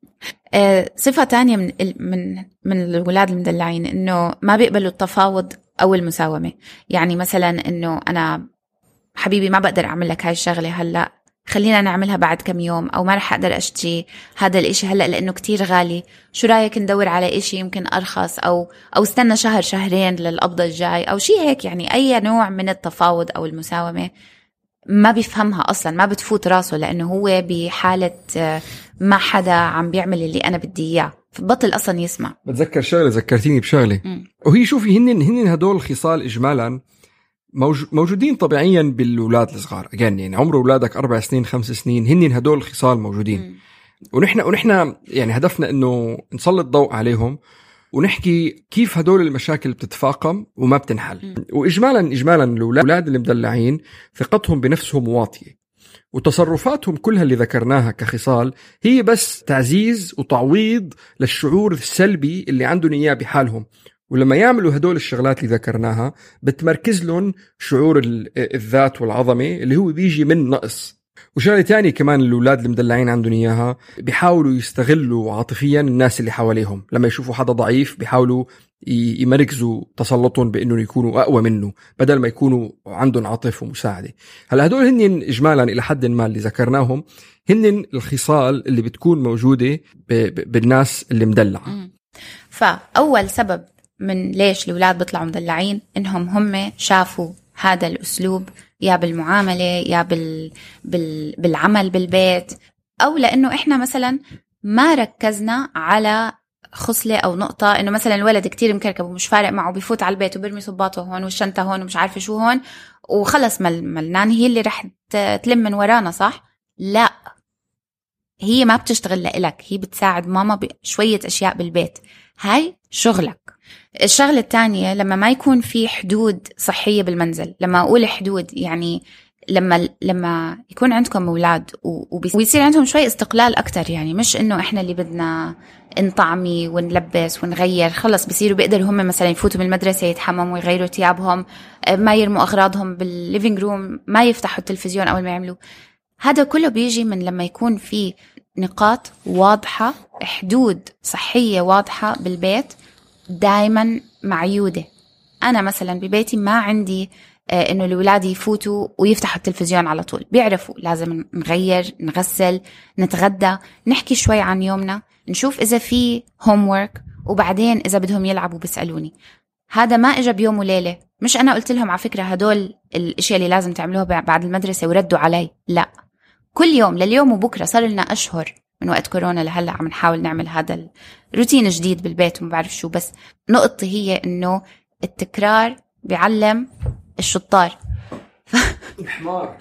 صفة تانية من من من الولاد المدلعين إنه ما بيقبلوا التفاوض أو المساومة. يعني مثلا إنه أنا حبيبي ما بقدر أعمل لك هاي الشغلة هلأ، خلينا نعملها بعد كم يوم، أو ما رح أقدر أشتري هذا الإشي هلأ لأنه كتير غالي، شو رأيك ندور على إشي يمكن أرخص، أو أو استنى شهر شهرين للقبضة الجاي أو شيء هيك. يعني أي نوع من التفاوض أو المساومة ما بيفهمها أصلا، ما بتفوت راسه، لأنه هو بحالة ما حدا عم بيعمل اللي أنا بدي إياه، فبطل أصلا يسمع. بتذكر شغلة، ذكرتيني بشغلة م. وهي شوفي هن هن هدول الخصال إجمالا موجودين طبيعيا بالأولاد الصغار. أجان يعني عمر أولادك أربع سنين خمس سنين هن هدول الخصال موجودين. م. ونحن ونحن يعني هدفنا إنه نسلط ضوء عليهم ونحكي كيف هدول المشاكل بتتفاقم وما بتنحل. م. وإجمالا إجمالا الأولاد اللي مدلعين ثقتهم بنفسهم واطية، وتصرفاتهم كلها اللي ذكرناها كخصال هي بس تعزيز وتعويض للشعور السلبي اللي عندهم إياه بحالهم. ولما يعملوا هدول الشغلات اللي ذكرناها بتمركز لهم شعور الذات والعظمة اللي هو بيجي من نقص. وشغلة تانية كمان الأولاد المدلعين عندهم إياها، بيحاولوا يستغلوا عاطفيا الناس اللي حواليهم. لما يشوفوا حدا ضعيف بيحاولوا يمركزوا تسلطهم بأنه يكونوا أقوى منه بدل ما يكونوا عندهم عاطف ومساعدة. هلا هدول هن إجمالا إلى حد ما اللي ذكرناهم هن الخصال اللي بتكون موجودة بالناس اللي مدلعة. فأول سبب من ليش الأولاد بيطلعوا مدلعين إنهم هم شافوا هذا الأسلوب يا بالمعاملة يا بال... بال... بالعمل بالبيت، أو لأنه إحنا مثلا ما ركزنا على خصلة أو نقطة إنه مثلا الولد كتير مكركب ومش فارق معه، بيفوت على البيت وبرمي صباطه هون والشنطة هون ومش عارفة شو هون وخلص مل... ملنان هي اللي رح تلم من ورانا. صح؟ لا، هي ما بتشتغل لإلك، هي بتساعد ماما بشوية أشياء بالبيت، هاي شغلك. الشغلة الثانية لما ما يكون في حدود صحية بالمنزل. لما أقول حدود يعني لما لما يكون عندكم أولاد ويصير عندهم شوي استقلال أكتر، يعني مش إنه إحنا اللي بدنا نطعمي ونلبس ونغير، خلص بيصيروا بيقدروا هم مثلا يفوتوا من المدرسة يتحمموا ويغيروا ثيابهم، ما يرموا أغراضهم بالليفينج روم، ما يفتحوا التلفزيون أول ما يعملوا. هذا كله بيجي من لما يكون في نقاط واضحة، حدود صحية واضحة بالبيت دايما معيودة. أنا مثلا ببيتي ما عندي آه إنه الولاد يفوتوا ويفتحوا التلفزيون على طول، بيعرفوا لازم نغير، نغسل، نتغدى، نحكي شوي عن يومنا، نشوف إذا في homework، وبعدين إذا بدهم يلعبوا بيسألوني. هذا ما إجا بيوم وليلة، مش أنا قلت لهم على فكرة هدول الأشياء اللي لازم تعملوها بعد المدرسة وردوا علي، لا، كل يوم لليوم وبكرة. صار لنا أشهر من وقت كورونا لهلأ عم نحاول نعمل هذا الروتين جديد بالبيت وما بعرف شو. بس نقطة هي إنه التكرار بيعلم الشطار. الحمار.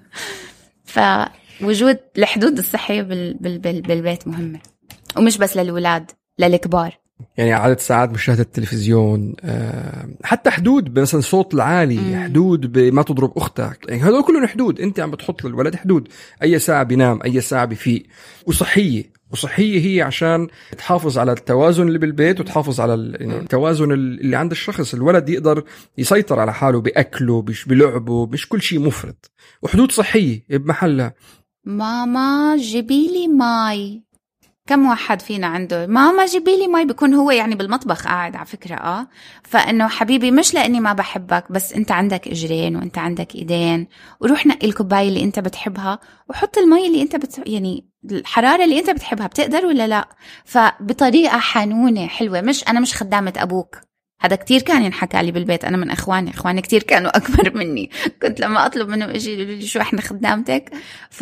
فوجود الحدود الصحية بالبيت مهمة، ومش بس للولاد، للكبار. يعني عدد ساعات مشاهدة التلفزيون، حتى حدود مثلا صوت العالي، مم. حدود ما تضرب أختك، يعني هذول كلهم حدود. أنت عم بتحط للولد حدود، أي ساعة بينام، أي ساعة بيفيق. وصحية، وصحية هي عشان تحافظ على التوازن اللي بالبيت وتحافظ على التوازن اللي عند الشخص. الولد يقدر يسيطر على حاله بأكله، مش بلعبه، مش كل شيء مفرط. وحدود صحية بمحلها. ماما جيبيلي ماي. كم واحد فينا عنده ماما جيبيلي ماي؟ بيكون هو يعني بالمطبخ قاعد على فكرة. اه فإنه حبيبي مش لأني ما بحبك، بس أنت عندك إجرين وأنت عندك إيدين، وروح نقي الكوباية اللي أنت بتحبها وحط المي اللي أنت بت... يعني الحرارة اللي أنت بتحبها، بتقدر ولا لا؟ فبطريقة حنونة حلوة. مش أنا مش خدامة أبوك، هذا كتير كان ينحكى لي بالبيت. أنا من إخواني إخواني كتير كانوا أكبر مني، كنت لما أطلب منهم إجي يقولوا لي شو إحنا خدامتك. ف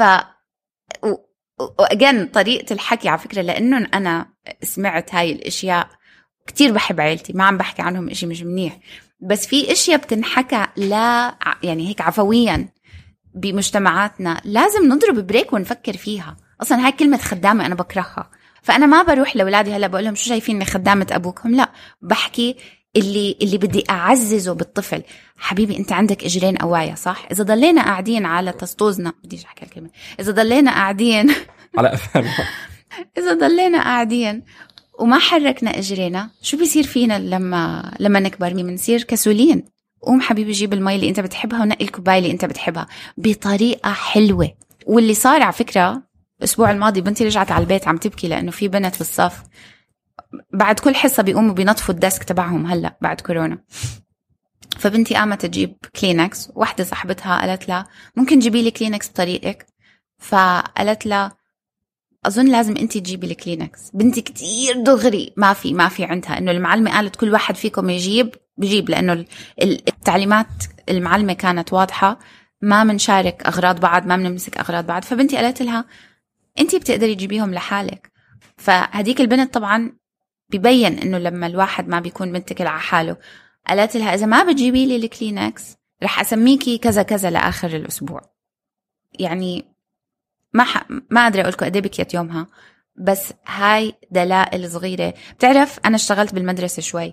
وأجن طريقة الحكي على فكرة، لأنه أنا سمعت هاي الأشياء كتير بحب عيلتي، ما عم بحكي عنهم إشي مش منيح، بس في إشياء بتنحكى لا يعني هيك عفويا بمجتمعاتنا لازم نضرب بريك ونفكر فيها. أصلا هاي كلمة خدامة أنا بكرهها، فأنا ما بروح لأولادي هلا بقول لهم شو شايفين خدامة أبوكم، لا، بحكي اللي اللي بدي أعززه بالطفل. حبيبي أنت عندك إجرين قوايا صح؟ إذا ضلينا قاعدين على تسطوزنا، بديش أحكي الكلمة، إذا ضلينا قاعدين على أفهم إذا ضلينا قاعدين وما حركنا إجرينا، شو بيصير فينا لما لما نكبر؟ منصير كسولين. قوم حبيبي جيب المي اللي أنت بتحبها ونقي الكوباية اللي أنت بتحبها بطريقة حلوة. واللي صار على فكرة الأسبوع الماضي بنتي رجعت على البيت عم تبكي لأنه في بنت بالصف بعد كل حصة بيقوموا بينظفوا الديسك تبعهم هلأ بعد كورونا. فبنتي قامت تجيب كلينكس، واحدة صاحبتها قالت لها ممكن تجيبي لي كلينكس بطريقك، فقالت لها أظن لازم أنتي تجيبي الكلينكس. بنتي كتير دغري ما في ما في عندها إنه المعلمة قالت كل واحد فيكم يجيب بجيب، لأنه التعليمات المعلمة كانت واضحة، ما منشارك أغراض بعض، ما منمسك أغراض بعض. فبنتي قالت لها أنتي بتقدري تجيبيهم لحالك. فهديك البنت طبعا بيبين إنه لما الواحد ما بيكون متكل على حاله، قالت لها إذا ما بتجيبي لي الكلينكس رح أسميكي كذا كذا لآخر الأسبوع. يعني ما ح... ما أدري أقولكم قد إيه بكيت يومها، بس هاي دلائل صغيرة. بتعرف أنا اشتغلت بالمدرسة شوي،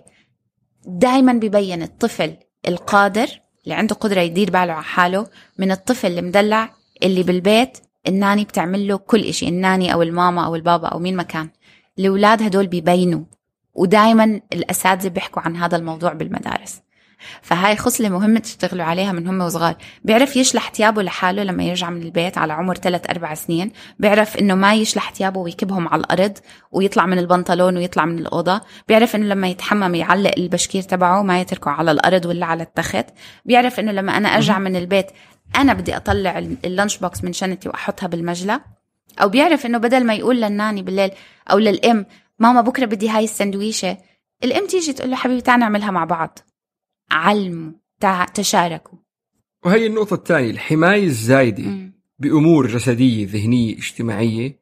دايما بيبين الطفل القادر اللي عنده قدرة يدير باله على حاله من الطفل المدلع اللي بالبيت الناني بتعمل له كل إشي، الناني أو الماما أو البابا أو مين مكان. الأولاد هدول بيبينوا، ودايما الأساتذة بيحكوا عن هذا الموضوع بالمدارس. فهاي خصلة مهمة تشتغلوا عليها من هم وصغار. بيعرف يشلح تيابه لحاله لما يرجع من البيت على عمر ثلاث أربع سنين، بيعرف إنه ما يشلح تيابه ويكبهم على الأرض ويطلع من البنطلون ويطلع من الأوضة، بيعرف إنه لما يتحمم يعلق البشكير تبعه ما يتركه على الأرض ولا على التخت، بيعرف إنه لما أنا أرجع من البيت أنا بدي أطلع اللانش بوكس من شنطتي وأحطها بالمجلة، أو بيعرف إنه بدل ما يقول للناني بالليل أو للأم ماما بكرة بدي هاي السندويشة، الأم تيجي تقول له حبيبي تعال نعملها مع بعض. علموا، تشاركوا. وهي النقطة الثانية، الحماية الزايدة م. بأمور جسدية ذهنية اجتماعية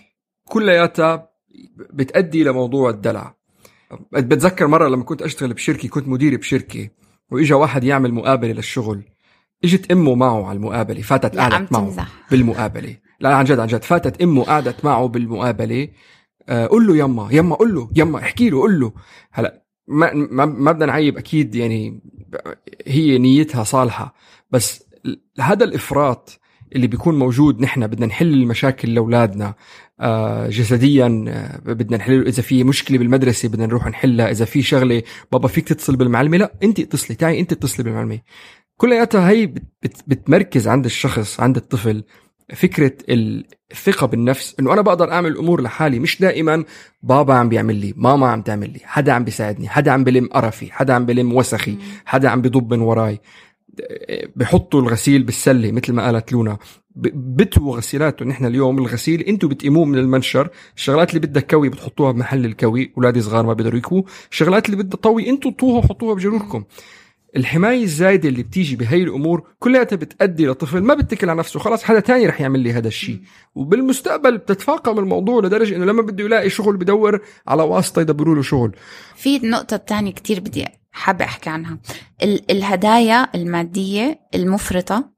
كلياتها بتأدي لموضوع الدلع. بتذكر مرة لما كنت أشتغل بشركة، كنت مدير بشركة، وإجا واحد يعمل مقابلة للشغل، إجت أمه معه على المقابلة، فاتت قعدت معه تمزح. بالمقابلة، لا عن جد عن جد فاتت أمه قعدت معه بالمقابلة. آه قل له يما يما قل له يما احكي له قل له. هلأ ما ما ما بدنا نعيب أكيد، يعني هي نيتها صالحة، بس هذا الإفراط اللي بيكون موجود، نحن بدنا نحل المشاكل لأولادنا آه جسديا، آه بدنا نحل. إذا في مشكلة بالمدرسة بدنا نروح نحلها، إذا في شغلة بابا فيك تتصل بالمعلمة، لا أنت اتصلي، تعي أنت اتصلي بالمعلمة. كلياتها هي بت بتمركز عند الشخص، عند الطفل، فكرة الثقة بالنفس، إنه أنا بقدر أعمل أمور لحالي، مش دائما بابا عم بيعمل لي، ماما عم تعمل لي، حدا عم بيساعدني، حدا عم بلم قرفي، حدا عم بلم وسخي، حدا عم بيضب من وراي. بحطوا الغسيل بالسلة مثل ما قالت لونا، بتوا غسيلاته. نحن اليوم الغسيل انتوا بتقيموه من المنشر، الشغلات اللي بدها كوي بتحطوها بمحل الكوي، أولادي صغار ما بيقدروا يكووا، الشغلات اللي بدها طوي انتوا طوها وحطوها بجروركم. الحماية الزايدة اللي بتيجي بهاي الأمور كلها بتأدي لطفل ما بتكل على نفسه، خلاص حدا تاني رح يعمل لي هذا الشيء، وبالمستقبل بتتفاقم الموضوع لدرجة إنه لما بده يلاقي شغل بدور على واسطة يدبروا له شغل. في النقطة الثانية كتير بدي حابة أحكي عنها، ال- الهدايا المادية المفرطة،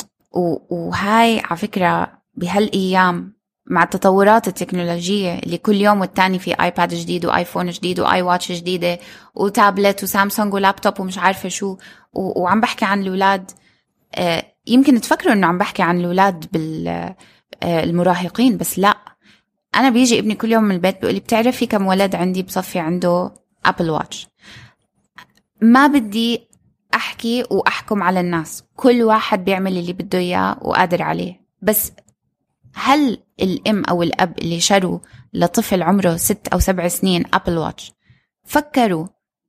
وهاي على فكرة بهالأيام مع التطورات التكنولوجية اللي كل يوم والتاني في آيباد جديد وآيفون جديد وآي واتش جديدة وتابلت وسامسونج ولابتوب ومش عارفة شو، وعم بحكي عن الأولاد. يمكن تفكروا إنه عم بحكي عن الأولاد بالمراهقين، بس لا، أنا بيجي ابني كل يوم من البيت بيقولي بتعرفي كم ولد عندي بصفي عنده أبل واتش. ما بدي أحكي وأحكم على الناس، كل واحد بيعمل اللي بده إياه وقادر عليه، بس هل الأم أو الأب اللي شروا لطفل عمره ست أو سبع سنين أبل واتش فكروا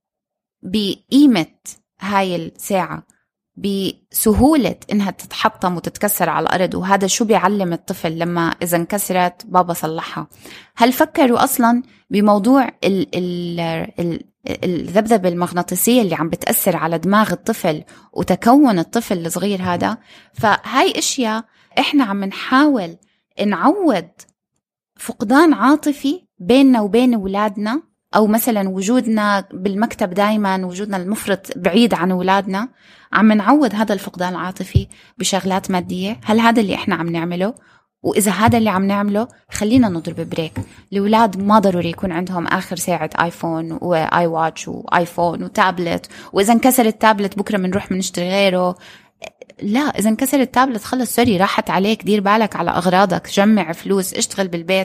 بقيمة هاي الساعة، بسهولة إنها تتحطم وتتكسر على الأرض، وهذا شو بيعلم الطفل لما إذا انكسرت بابا صلحها؟ هل فكروا أصلا بموضوع ال ال ال الذبذبة المغناطيسية اللي عم بتأثر على دماغ الطفل وتكون الطفل الصغير هذا؟ فهاي إشياء إحنا عم نحاول نعود فقدان عاطفي بيننا وبين أولادنا أو مثلا وجودنا بالمكتب دايما، وجودنا المفرط بعيد عن أولادنا، عم نعوض هذا الفقدان العاطفي بشغلات مادية؟ هل هذا اللي إحنا عم نعمله؟ وإذا هذا اللي عم نعمله خلينا نضرب بريك. الأولاد ما ضروري يكون عندهم آخر ساعة آيفون وآي واتش وآيفون وتابلت، وإذا انكسر التابلت بكرة منروح منشتري غيره. لا، إذا انكسر التابلت خلص سوري، راحت عليك، دير بالك على أغراضك، جمع فلوس، اشتغل بالبيت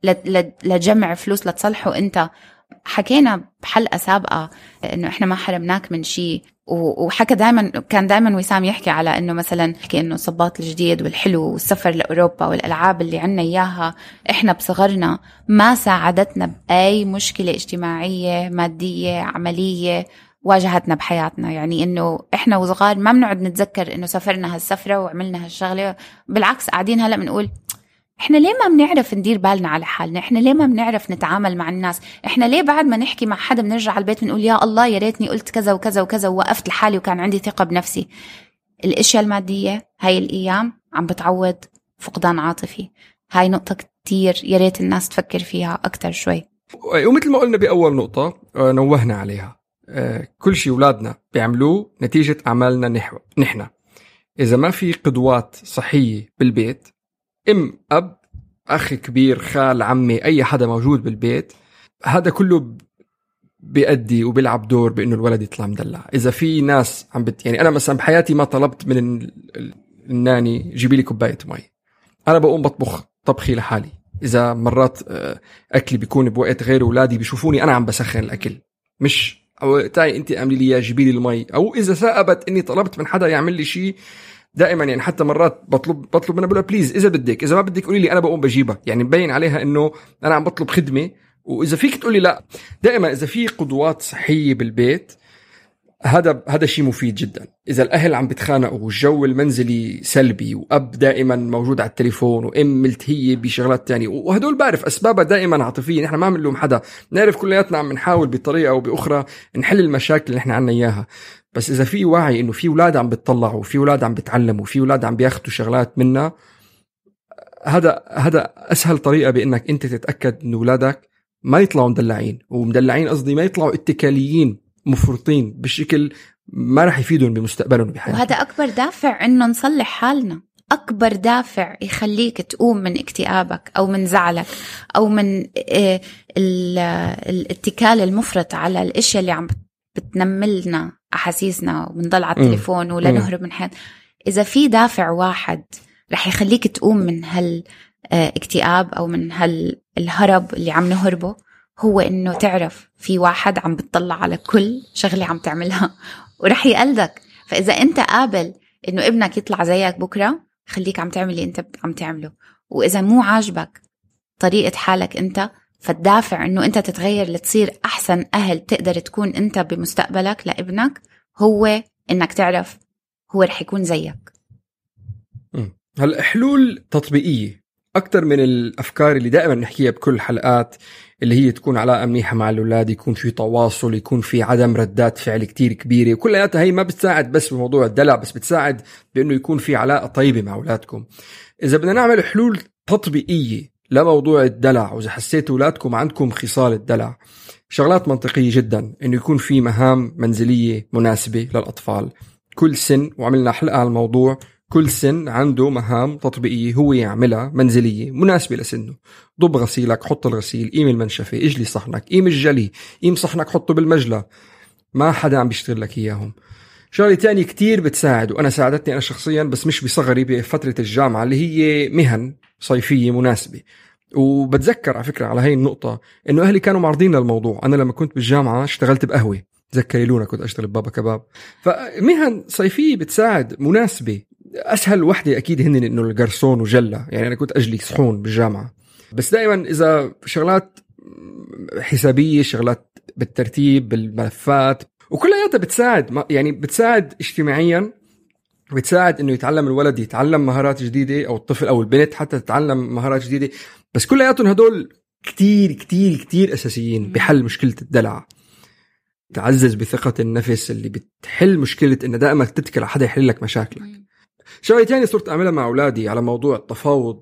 لتجمع فلوس لتصلحه أنت. حكينا بحلقة سابقة إنه إحنا ما حرمناك من شيء، وحكى دائما، كان دائما وسام يحكي على إنه مثلا يحكي إنه صباط الجديد والحلو والسفر لأوروبا والألعاب اللي عنا إياها إحنا بصغرنا ما ساعدتنا بأي مشكلة اجتماعية مادية عملية واجهتنا بحياتنا. يعني إنه إحنا وصغار ما بنقعد نتذكر إنه سافرنا هالسفرة وعملنا هالشغلة، بالعكس قاعدين هلأ بنقول إحنا ليه ما بنعرف ندير بالنا على حالنا، إحنا ليه ما بنعرف نتعامل مع الناس، إحنا ليه بعد ما نحكي مع حدا بنرجع على البيت بنقول يا الله يا ريتني قلت كذا وكذا وكذا ووقفت لحالي وكان عندي ثقة بنفسي. الأشياء المادية هاي الأيام عم بتعوض فقدان عاطفي. هاي نقطة كتير يا ريت الناس تفكر فيها أكتر شوي. ومثل ما قلنا بأول نقطة نوهنا عليها، كل شيء أولادنا بيعملوه نتيجة أعمالنا نحو نحن. إذا ما في قدوات صحية بالبيت، ام اب اخ كبير خال عمي اي حدا موجود بالبيت، هذا كله بيأدي وبيلعب دور بانه الولد يطلع مدلع. اذا في ناس عم بت يعني انا مثلا بحياتي ما طلبت من الناني جيبي لي كوبايه مي، انا بقوم بطبخ طبخي لحالي. اذا مرات اكلي بيكون بوقت غير اولادي بيشوفوني انا عم بسخن الاكل، مش او تعي انت اعملي لي جيبي لي المي. او اذا ثابت اني طلبت من حدا يعمل لي شيء دائما، يعني حتى مرات بطلب بطلب منها بقول بليز اذا بدك، اذا ما بدك قولي لي انا بقوم بجيبها. يعني مبين عليها انه انا عم بطلب خدمه. واذا فيك تقولي لا، دائما اذا في قدوات صحيه بالبيت هذا هذا شيء مفيد جدا. اذا الاهل عم بيتخانقوا والجو المنزلي سلبي واب دائما موجود على التليفون وام ملتهيه بشغلات تانية، وهدول بعرف اسبابها دائما عاطفيه، نحن ما بنلوم حدا، نعرف كلياتنا عم نحاول بطريقه او باخرى نحل المشاكل اللي نحن عنا اياها. بس إذا في وعي إنه في أولاد عم بتطلعوا وفي أولاد عم بتعلموا وفي أولاد عم بياخدوا شغلات منا، هذا هذا أسهل طريقة بإنك أنت تتأكد إنه أولادك ما يطلعوا مدلعين. ومدلعين قصدي ما يطلعوا اتكاليين مفرطين بشكل ما رح يفيدهم بمستقبلهم بحياتهم. وهذا أكبر دافع إنه نصلح حالنا، أكبر دافع يخليك تقوم من اكتئابك أو من زعلك أو من الاتكال المفرط على الأشياء اللي عم بتنملنا أحاسيسنا وبنضل على التليفون ولا نهرب من حياتنا. إذا في دافع واحد رح يخليك تقوم من هالاكتئاب أو من هالهرب اللي عم نهربه، هو إنه تعرف في واحد عم بتطلع على كل شغلة عم تعملها ورح يقلدك. فإذا أنت قابل إنه ابنك يطلع زيك بكرة، خليك عم تعمل اللي أنت عم تعمله. وإذا مو عاجبك طريقة حالك أنت، فالدافع إنه أنت تتغير لتصير أحسن أهل تقدر تكون أنت بمستقبلك لابنك، هو إنك تعرف هو رح يكون زيك. هلا حلول تطبيقية أكتر من الأفكار اللي دائما نحكيها بكل حلقات، اللي هي تكون علاقة منيحة مع الأولاد، يكون في تواصل، يكون في عدم ردات فعل كتير كبيرة، وكلياتها هي ما بتساعد بس بموضوع الدلع، بس بتساعد بأنه يكون في علاقة طيبة مع أولادكم. إذا بدنا نعمل حلول تطبيقية لموضوع الدلع، وإذا حسيتوا أولادكم عندكم خصال الدلع، شغلات منطقية جدا إنه يكون في مهام منزلية مناسبة للأطفال. كل سن، وعملنا حلقة على الموضوع، كل سن عنده مهام تطبيقية هو يعملها منزلية مناسبة لسنه. ضب غسيلك، حط الغسيل، قيم المنشفة، اجلي صحنك، قيم الجلي، قيم صحنك حطه بالمجلة. ما حدا عم بيشتغل لك إياهم. شغلة تانية كتير بتساعد، وأنا ساعدتني أنا شخصيا بس مش بصغري، بفترة الجامعة، اللي هي مهن صيفية مناسبة. وبتذكر على فكرة على هاي النقطة إنه أهلي كانوا معرضين للموضوع. أنا لما كنت بالجامعة اشتغلت بقهوة، تذكري لونا كنت أشتغل ببابا كباب. فمهن صيفية بتساعد مناسبة. أسهل وحدة أكيد هن إنه الجرسون وجلة، يعني أنا كنت أجلي صحون بالجامعة. بس دائما إذا شغلات حسابية، شغلات بالترتيب بالملفات، وكلها بتساعد، يعني بتساعد اجتماعيا، بتساعد إنه يتعلم الولد، يتعلم مهارات جديدة، أو الطفل أو البنت حتى تتعلم مهارات جديدة. بس كلياتهم هدول كتير كتير كتير أساسيين بحل مشكلة الدلع. تعزز بثقة النفس اللي بتحل مشكلة إن دائما تتكل على حدا يحل لك مشاكلك. شغلة تانية صرت أعملها مع أولادي على موضوع التفاوض،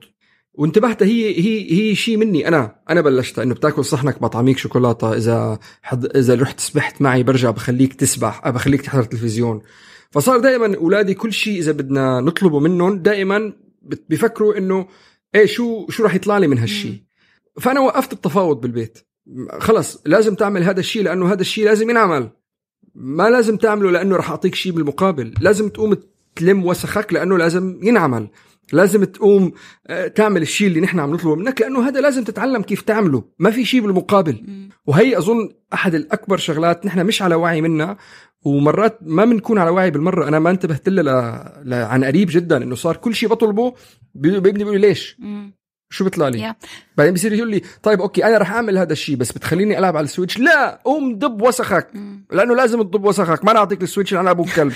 وانتبهت هي هي هي شيء مني انا انا بلشت انه بتاكل صحنك بطعميك شوكولاته، اذا حد اذا رحت سبحت معي برجع بخليك تسبح، بخليك تحضر تلفزيون. فصار دائما اولادي كل شيء اذا بدنا نطلبه منهم دائما بيفكروا انه ايه شو شو راح يطلع لي من هالشيء. فانا وقفت التفاوض بالبيت، خلص لازم تعمل هذا الشيء لانه هذا الشيء لازم ينعمل، ما لازم تعمله لانه راح اعطيك شيء بالمقابل. لازم تقوم تلم وسخك لانه لازم ينعمل، لازم تقوم تعمل الشيء اللي نحن عم نطلبه منك لانه هذا لازم تتعلم كيف تعمله، ما في شيء بالمقابل. وهي اظن احد الاكبر شغلات نحن مش على وعي منها، ومرات ما بنكون على وعي بالمره. انا ما انتبهت لها ل... عن قريب جدا انه صار كل شيء بطلبه بابني بيقول لي ليش مم. شو بيطلع لي yeah. بعدين بيصير يقول لي طيب اوكي انا راح اعمل هذا الشيء بس بتخليني العب على السويتش. لا قوم ضب وسخك مم. لانه لازم تضب وسخك، ما نعطيك السويتش انا ابو كلب.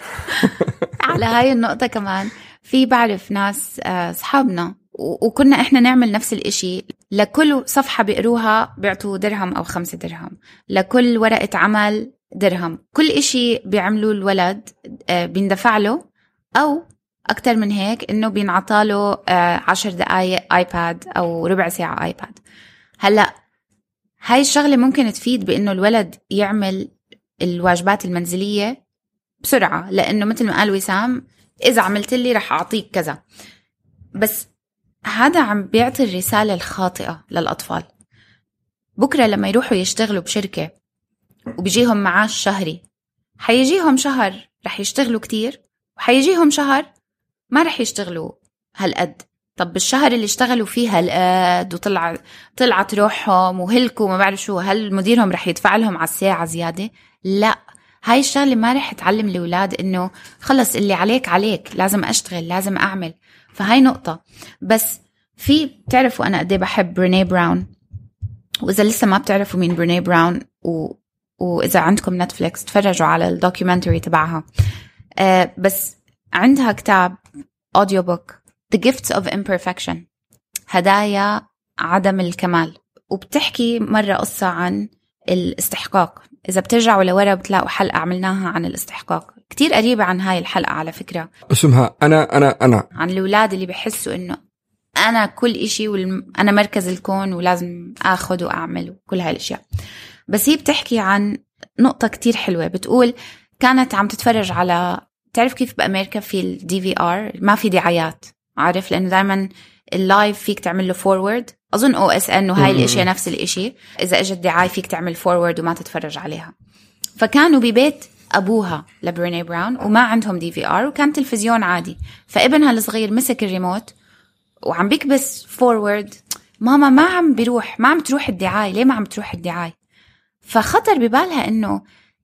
على هاي النقطه كمان في بعرف ناس اصحابنا وكنا احنا نعمل نفس الاشي، لكل صفحه بيقروها بيعطوا درهم او خمسة درهم، لكل ورقه عمل درهم، كل إشي بيعملوا الولد بيندفع له أو أكتر من هيك إنه بينعطاله عشر دقايق آيباد أو ربع ساعة آيباد. هلأ هاي الشغلة ممكن تفيد بإنه الولد يعمل الواجبات المنزلية بسرعة، لأنه مثل ما قال وسام إذا عملت لي رح أعطيك كذا، بس هذا عم بيعطي الرسالة الخاطئة للأطفال. بكرة لما يروحوا يشتغلوا بشركة وبيجيهم معاش شهري، حيجيهم شهر رح يشتغلوا كتير وحيجيهم شهر ما رح يشتغلوا هالقد. طب بالشهر اللي اشتغلوا فيه هالقد وطلع طلعت روحهم وهلكوا ما بعرف شو، هل مديرهم رح يدفع لهم على الساعة زيادة؟ لا، هاي الشغلة ما رح تعلم الأولاد إنه خلص اللي عليك عليك، لازم أشتغل لازم أعمل. فهاي نقطة. بس في بتعرفوا أنا قدي بحب بريني براون، وإذا لسه ما بتعرفوا مين بريني براون و وإذا عندكم نتفليكس تفرجوا على الدوكيومنتري تبعها. أه بس عندها كتاب أوديو بوك The Gifts of Imperfection، هدايا عدم الكمال، وبتحكي مرة قصة عن الاستحقاق. إذا بترجعوا لورا بتلاقوا حلقة عملناها عن الاستحقاق كتير قريبة عن هاي الحلقة على فكرة، اسمها أنا أنا أنا عن الأولاد اللي بيحسوا إنه أنا كل إشي والم... أنا مركز الكون ولازم أخذ وأعمل وكل هاي الأشياء. بس هي بتحكي عن نقطة كتير حلوة، بتقول كانت عم تتفرج على، تعرف كيف بأمريكا في الدي في آر ما في دعايات، عارف لأنه دايما اللايف فيك تعمل له فورورد، أظن أو اس ان وهاي الاشياء نفس الاشي، إذا اجت دعاية فيك تعمل فورورد وما تتفرج عليها. فكانوا ببيت أبوها لبريني براون وما عندهم دي في آر وكان تلفزيون عادي، فابنها الصغير مسك الريموت وعم بيكبس فورورد، ماما ما عم بيروح، ما عم تروح الدعاية، ليه ما عم تروح الدعاية؟ فخطر ببالها إنه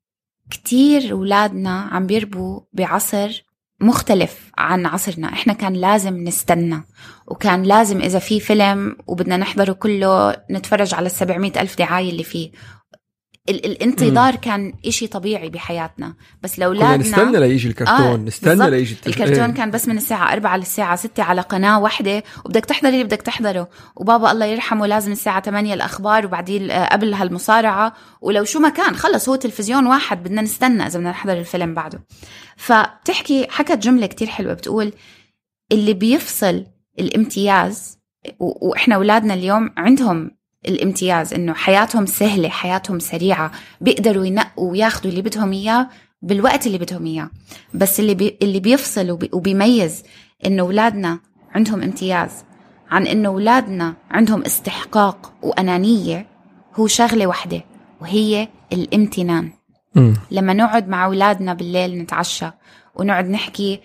كتير أولادنا عم بيربوا بعصر مختلف عن عصرنا. إحنا كان لازم نستنى، وكان لازم إذا في فيلم وبدنا نحضره كله نتفرج على السبعمائة ألف دعاية اللي فيه. ال- الانتظار م. كان إشي طبيعي بحياتنا. بس لأولادنا نستنى ليجي الكرتون آه نستنى ليجي التف... الكرتون كان بس من الساعة أربعة للساعة ستة على قناة واحدة، وبدك تحضر اللي بدك تحضره، وبابا الله يرحمه لازم الساعة ثمانية الأخبار وبعدين قبل هالمصارعة، ولو شو ما كان خلص هو تلفزيون واحد بدنا نستنى إذا بدنا نحضر الفيلم بعده. فبتحكي حكت جملة كتير حلوة، بتقول اللي بيفصل الامتياز، و... وإحنا أولادنا اليوم عندهم الامتياز إنه حياتهم سهلة، حياتهم سريعة، بيقدروا ينقوا وياخدوا اللي بدهم إياه بالوقت اللي بدهم إياه. بس اللي بي اللي بيفصل وبي وبيميز إنه أولادنا عندهم امتياز عن إنه أولادنا عندهم استحقاق وأنانية هو شغلة واحدة، وهي الامتنان. م. لما نقعد مع أولادنا بالليل نتعشى ونقعد نحكي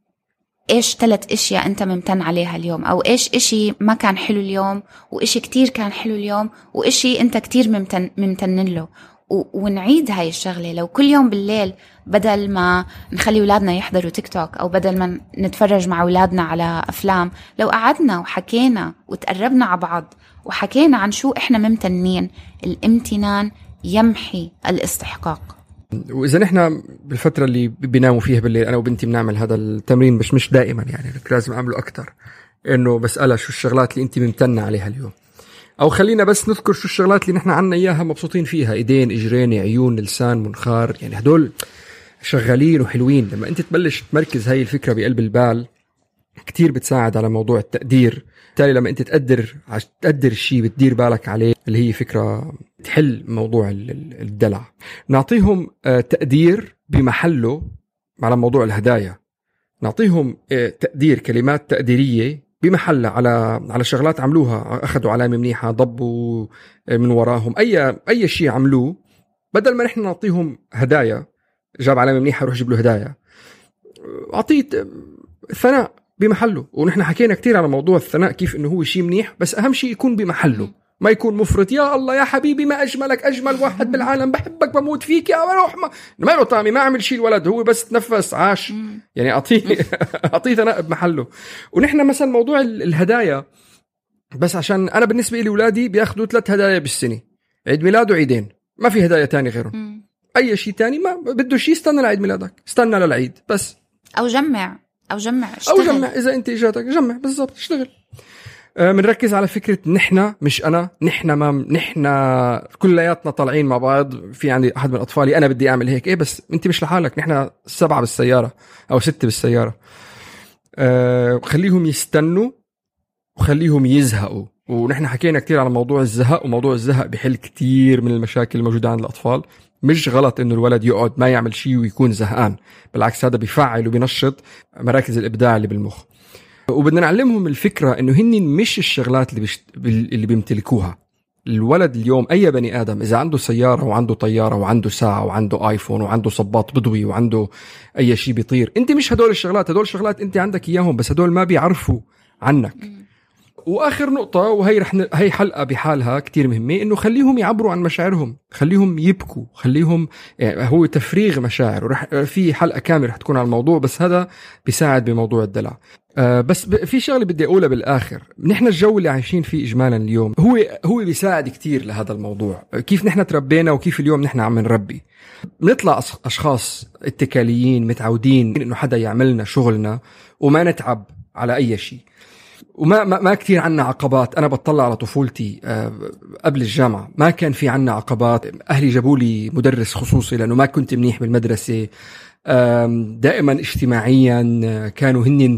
إيش ثلاث إشياء أنت ممتن عليها اليوم، أو إيش إشي ما كان حلو اليوم وإشي كتير كان حلو اليوم وإشي أنت كتير ممتن ممتن له، ونعيد هاي الشغلة. لو كل يوم بالليل بدل ما نخلي أولادنا يحضروا تيك توك أو بدل ما نتفرج مع أولادنا على أفلام، لو قعدنا وحكينا وتقربنا على بعض وحكينا عن شو إحنا ممتنين، الامتنان يمحي الاستحقاق. وإذا نحن بالفترة اللي بيناموا فيها بالليل أنا وبنتي بنعمل هذا التمرين، بس مش دائما يعني لازم أعمله أكتر، إنه بسألها شو الشغلات اللي أنت ممتنة عليها اليوم، أو خلينا بس نذكر شو الشغلات اللي نحن عنا إياها مبسوطين فيها، إيدين إجرين عيون لسان منخار، يعني هدول شغالين وحلوين. لما أنت تبلش تمركز هاي الفكرة بقلب البال كتير بتساعد على موضوع التقدير بالتالي لما أنت تقدر تقدر الشيء بتدير بالك عليه، اللي هي فكرة تحل موضوع الدلع. نعطيهم تقدير بمحله على موضوع الهدايا، نعطيهم تقدير، كلمات تقديرية بمحلها على على شغلات عملوها، أخذوا علامة منيحة، ضبوا من وراهم أي أي شيء عملوه، بدل ما نحن نعطيهم هدايا، جاب علامة منيحة روح جيب له هدايا، أعطيت ثناء بمحله. ونحن حكينا كتير على موضوع الثناء، كيف إنه هو شيء منيح، بس أهم شيء يكون بمحله، ما يكون مفرط. يا الله يا حبيبي ما أجملك، أجمل واحد بالعالم، بحبك بموت فيك يا روح، ما ما له طعمي، ما عمل شيء الولد، هو بس تنفس عاش. يعني أعطيه أعطيه ثناء بمحله. ونحن مثلا موضوع الهدايا، بس عشان أنا بالنسبة لي أولادي بياخدوا ثلاث هدايا بالسنة، عيد ميلاد وعيدين، ما في هدايا تاني غيرهم. أي شيء تاني ما بده شيء، استنى لعيد ميلادك، استنى للعيد بس، أو جمع أو جمع اشتغل. أو جمع إذا أنت إجاتك جمع بالضبط، اشتغل. بنركز على فكرة نحنا، مش أنا، نحنا ما نحنا كلياتنا طالعين مع بعض. في عندي أحد من أطفالي أنا بدي أعمل هيك، إيه بس أنت مش لحالك، نحنا سبعة بالسيارة أو ستة بالسيارة. أه خليهم يستنوا وخليهم يزهقوا. ونحن حكينا كتير على موضوع الزهق، وموضوع الزهق بحل كتير من المشاكل الموجودة عند الأطفال. مش غلط إنه الولد يقعد ما يعمل شيء ويكون زهقان، بالعكس هذا بيفعل وبينشط مراكز الإبداع اللي بالمخ. وبدنا نعلمهم الفكرة إنه هن مش الشغلات اللي بيشت... اللي بيمتلكوها. الولد اليوم أي بني آدم إذا عنده سيارة وعنده طيارة وعنده ساعة وعنده آيفون وعنده صباط بدوي وعنده أي شيء بيطير، أنت مش هدول الشغلات، هدول الشغلات أنت عندك إياهم، بس هدول ما بيعرفوا عنك. وآخر نقطة، وهي رح ن... هي حلقة بحالها كتير مهمة، إنه خليهم يعبروا عن مشاعرهم، خليهم يبكوا، خليهم يعني هو تفريغ مشاعر. ورح في حلقة كاملة رح تكون على الموضوع، بس هذا بيساعد بموضوع الدلع. آه بس ب... في شغلة بدي أقولها بالآخر، نحن الجو اللي عايشين فيه إجمالا اليوم هو هو بيساعد كتير لهذا الموضوع. كيف نحن تربينا وكيف اليوم نحن عم نربي، بنطلع أشخاص اتكاليين متعودين إنه حدا يعملنا شغلنا وما نتعب على أي شيء، وما ما, ما كتير عنا عقبات. أنا بطلع على طفولتي أه قبل الجامعة ما كان في عنا عقبات. أهلي جابوا لي مدرس خصوصي لأنه ما كنت منيح بالمدرسة. دائما اجتماعيا كانوا هن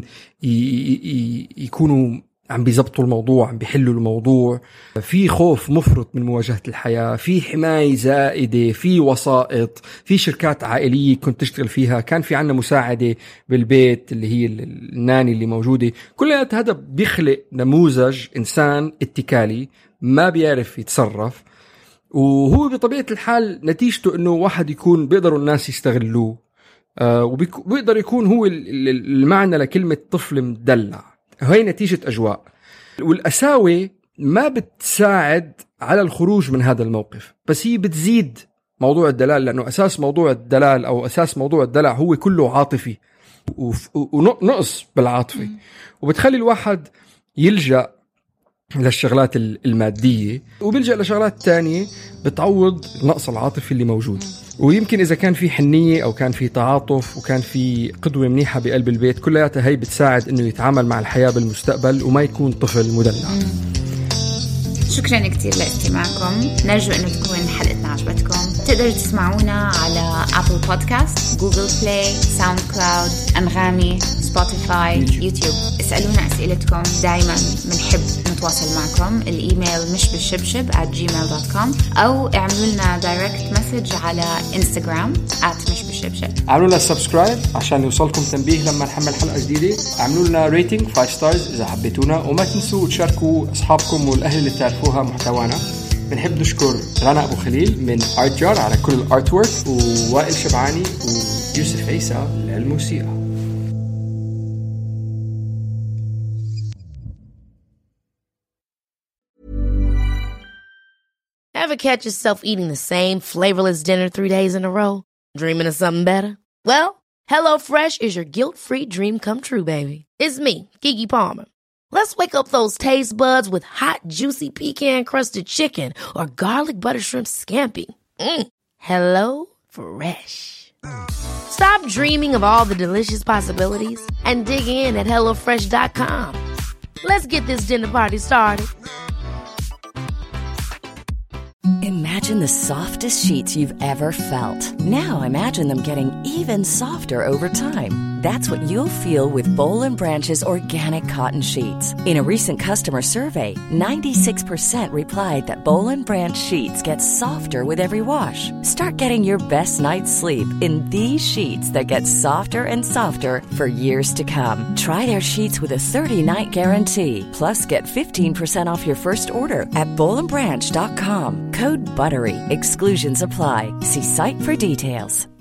يكونوا عم بيزبطوا الموضوع، عم بيحلوا الموضوع. في خوف مفرط من مواجهة الحياة، في حماية زائدة، في وسائط، في شركات عائلية كنت تشتغل فيها، كان في عنا مساعدة بالبيت اللي هي الناني اللي موجودة. كل هذا بيخلق نموذج إنسان اتكالي ما بيعرف يتصرف، وهو بطبيعة الحال نتيجته إنه واحد يكون بيقدروا الناس يستغلوه. آه وبيقدر يكون هو المعنى لكلمة طفل مدلع. هاي نتيجة أجواء، والأساوي ما بتساعد على الخروج من هذا الموقف، بس هي بتزيد موضوع الدلال، لأنه أساس موضوع الدلال أو أساس موضوع الدلع هو كله عاطفي ونقص بالعاطفة، وبتخلي الواحد يلجأ للشغلات المادية وبيلجأ لشغلات تانية بتعوض النقص العاطفي اللي موجود. ويمكن إذا كان في حنية أو كان في تعاطف وكان في قدوة منيحة بقلب البيت، كلها هاي بتساعد إنه يتعامل مع الحياة بالمستقبل وما يكون طفل مدلع. شكرا كتير لاستماعكم، نرجو أنه تكون حلقتنا عجبتكم. تقدروا تسمعونا على أبل بودكاست، جوجل بلاي، ساوند كلاود، أنغامي، سبوتيفاي، يوتيوب. يوتيوب اسألونا أسئلتكم، دايما منحب نتواصل معكم. الإيميل مش بالشبشب at gmail dot com، أو اعملوا لنا دايركت مسج على إنستغرام at مش بالشبشب. اعملوا لنا سبسكرايب عشان يوصلكم تنبيه لما نحمل حلقة جديدة. اعملوا لنا ريتنج فايف ستارز إذا حبيتونا، وما تنسوا تشاركوا أصحابكم والأهل اللي تعرفوها محتوانا. بنحب نشكر رنا أبو خليل من آرت جار على كل الارت وورك، ووائل شبعاني ويوسف عيسى للموسيقى. Ever catch yourself eating the same flavorless dinner three days in a row? Dreaming of something better? Well, HelloFresh is your guilt-free dream come true, baby. It's me, Keke Palmer. Let's wake up those taste buds with hot, juicy pecan-crusted chicken or garlic butter shrimp scampi. Mm. Hello Fresh. Stop dreaming of all the delicious possibilities and dig in at hello fresh dot com. Let's get this dinner party started. Imagine the softest sheets you've ever felt. Now imagine them getting even softer over time. That's what you'll feel with Boll and Branch's organic cotton sheets. In a recent customer survey, ninety-six percent replied that Boll and Branch sheets get softer with every wash. Start getting your best night's sleep in these sheets that get softer and softer for years to come. Try their sheets with a thirty-night guarantee. Plus, get fifteen percent off your first order at boll and branch dot com. Code BUTTERY. Exclusions apply. See site for details.